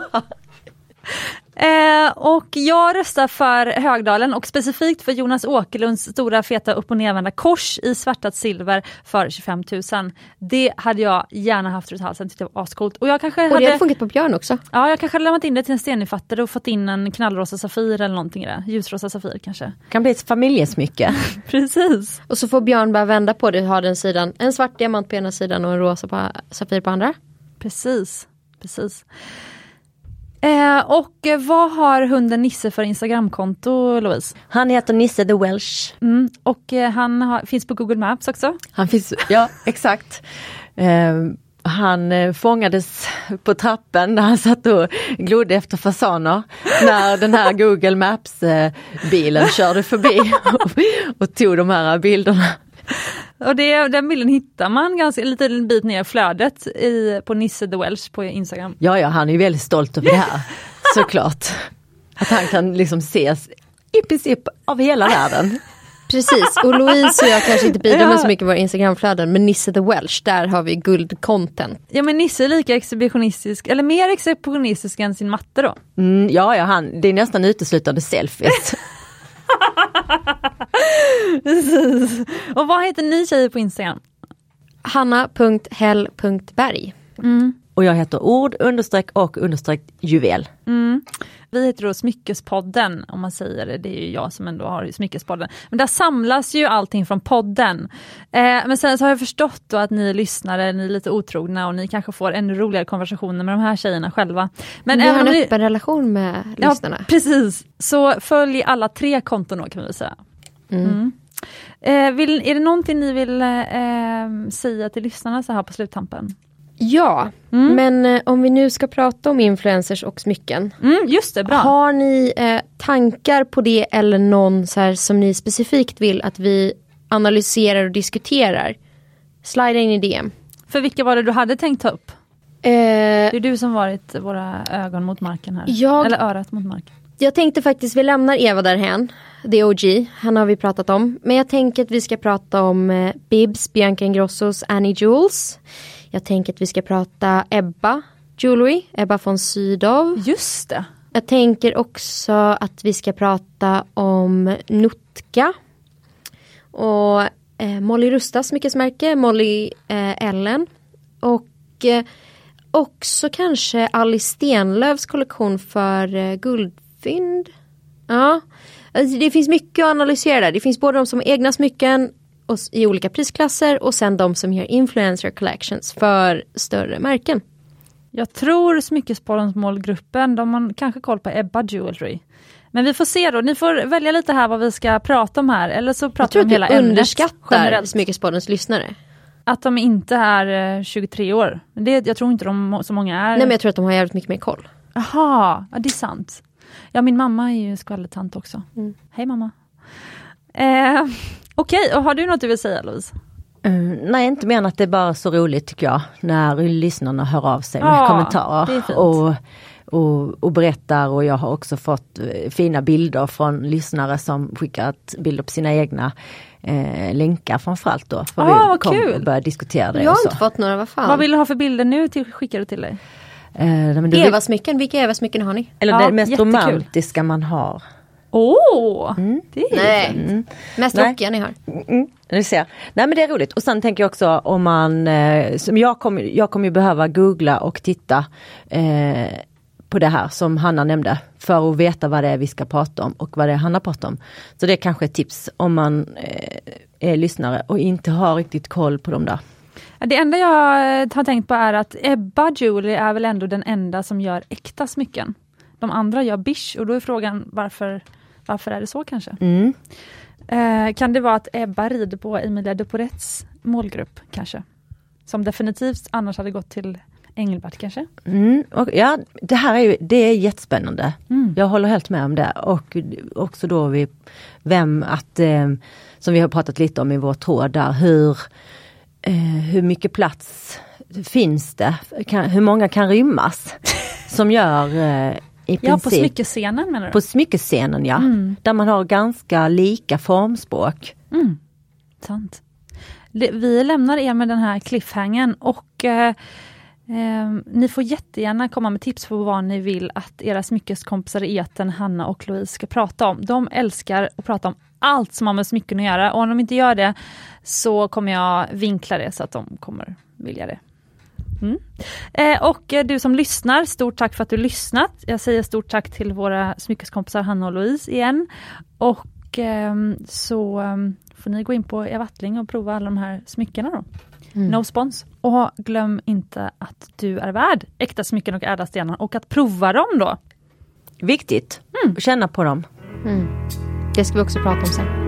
Eh, och jag röstar för Högdalen och specifikt för Jonas Åkerlunds stora feta upp- och nedvända kors i svärtat silver för tjugofem tusen. Det hade jag gärna haft runt halsen, tyckte jag var ascoolt. Och jag kanske och hade... det hade funkat på Björn också. Ja, jag kanske hade lämnat in det till en stenfattare och fått in en knallrosa safir eller någonting i det. Ljusrosa safir kanske. Kan bli ett familjesmycke. Precis. Och så får Björn bara vända på det och ha den sidan. En svart diamant på ena sidan och en rosa på, safir på andra. Precis, precis. Eh, och eh, vad har hunden Nisse för Instagramkonto, Louise? Han heter Nisse the Welsh. Mm, och eh, han har, finns på Google Maps också. Han finns, ja exakt. Eh, han eh, fångades på trappen när han satt och glodde efter fasaner. När den här Google Maps-bilen eh, körde förbi och, och tog de här bilderna. Och det, den bilden hittar man ganska lite bit ner i flödet i, på Nisse the Welsh på Instagram. Ja, ja, han är ju väldigt stolt över det här. Såklart. Att han kan liksom ses i princip av hela världen. Precis, och Louise och jag kanske inte bidrar med så mycket på våra Instagramflöden, men Nisse the Welsh, där har vi guldcontent. Ja, men Nisse är lika exhibitionistisk, eller mer exhibitionistisk än sin matte då. Mm, ja, ja, han, det är nästan uteslutande selfies. Precis. Och vad heter ni tjejer på Instagram? hanna punkt hell punkt berg. Mm. Och jag heter ord, understreck och understreck juvel. Mm. Vi heter då Smyckespodden, om man säger det. Det är ju jag som ändå har Smyckespodden. Men där samlas ju allting från podden. Eh, men sen så har jag förstått då att ni lyssnare, ni är lite otrogna och ni kanske får ännu roligare konversationer med de här tjejerna själva. Men vi även har en ni... öppen relation med ja, lyssnarna. Precis. Så följ alla tre konton då, kan vi säga. Mm. Mm. Eh, vill, är det någonting ni vill eh, säga till lyssnarna så här på sluttampen? Ja, mm. men eh, om vi nu ska prata om influencers och smycken. Mm, just det, bra. Har ni eh, tankar på det eller någon så här, som ni specifikt vill att vi analyserar och diskuterar? Slida in i D M. För vilka var det du hade tänkt ta upp? Eh, det är du som varit våra ögon mot marken här. Jag, eller örat mot marken. Jag tänkte faktiskt, vi lämnar Eva därhän. Det är O G, han har vi pratat om. Men jag tänker att vi ska prata om eh, Bibs, Bianca Ingrossos Annie Jules. Jag tänker att vi ska prata Ebba Jewelry, Ebba von Sydow. Just det. Jag tänker också att vi ska prata om Nutka. Och eh, Molly Rustas smyckesmärke, Molly eh, Ellen. Och eh, också kanske Alice Stenlövs kollektion för eh, guldfynd. Ja, alltså, det finns mycket att analysera där. Det finns både de som har egna smycken och, i olika prisklasser och sen de som gör influencer collections för större märken. Jag tror Smyckespoddens målgruppen, de har kanske koll på Ebba Jewelry. Men vi får se då, ni får välja lite här vad vi ska prata om här. Eller så pratar vi om hela ämnet. Jag tror att du underskattar Smyckespoddens lyssnare. Att de inte är tjugotre år. Det, jag tror inte de så många är. Nej, men jag tror att de har jävligt mycket mer koll. Jaha, ja, det är sant. Ja, min mamma är ju skvallertant också. Mm. Hej mamma. Eh, Okej, okay. Och har du något du vill säga, Louise? Uh, nej, inte mer än att det är bara så roligt tycker jag. När lyssnarna hör av sig med ja, kommentarer. Och, och, och berättar. Och jag har också fått uh, fina bilder från lyssnare som skickat bilder på sina egna uh, länkar framförallt då. För ah, vi kommer kul. och börja diskutera det. Jag har och så. inte fått några, vad fan. Vad vill du ha för bilder nu till, skickar du till dig? Uh, Eva-smycken, vilka Eva-smycken har ni? Eller ja, det mest jättekul. romantiska man har. Åh, oh, mm. det är Nej, mm. mest rockiga ni har. Mm. Du ser. Nej, men det är roligt. Och sen tänker jag också om man, eh, som jag kommer jag kommer ju behöva googla och titta eh, på det här som Hanna nämnde. För att veta vad det är vi ska prata om och vad det är Hanna pratar om. Så det är kanske ett tips om man eh, är lyssnare och inte har riktigt koll på dem där. Det enda jag har tänkt på är att Ebba Jewelry är väl ändå den enda som gör äkta smycken. de andra gör bish. Och då är frågan varför, varför är det så kanske? Mm. Eh, kan det vara att Ebba rider på Emilia Dupourets målgrupp kanske? Som definitivt annars hade gått till Engelbert kanske? Mm, och ja, det här är ju, det är jättespännande. Mm. Jag håller helt med om det. Och också då vi, vem att, eh, som vi har pratat lite om i vår tråd där, hur, eh, hur mycket plats finns det? Kan, hur många kan rymmas? Som gör eh, i princip... Ja, på smyckescenen menar du? På smyckescenen, ja. Mm. Där man har ganska lika formspråk. Mm. Sant. Vi lämnar er med den här cliffhangen och eh, eh, ni får jättegärna komma med tips på vad ni vill att era smyckeskompisar i etern, Hanna och Louise, ska prata om. De älskar att prata om allt som har med smycken att göra, och om de inte gör det så kommer jag vinkla det så att de kommer vilja det. Mm. Eh, och eh, du som lyssnar, stort tack för att du lyssnat. Jag säger stort tack till våra smyckeskompisar Hanna och Louise igen. Och eh, så eh, får ni gå in på Eva Attling och prova alla de här smyckena då. Mm. No spons. Och glöm inte att du är värd äkta smycken och ädla stenar, och att prova dem då. Viktigt. Mm. Känna på dem. Mm. Det ska vi också prata om sen.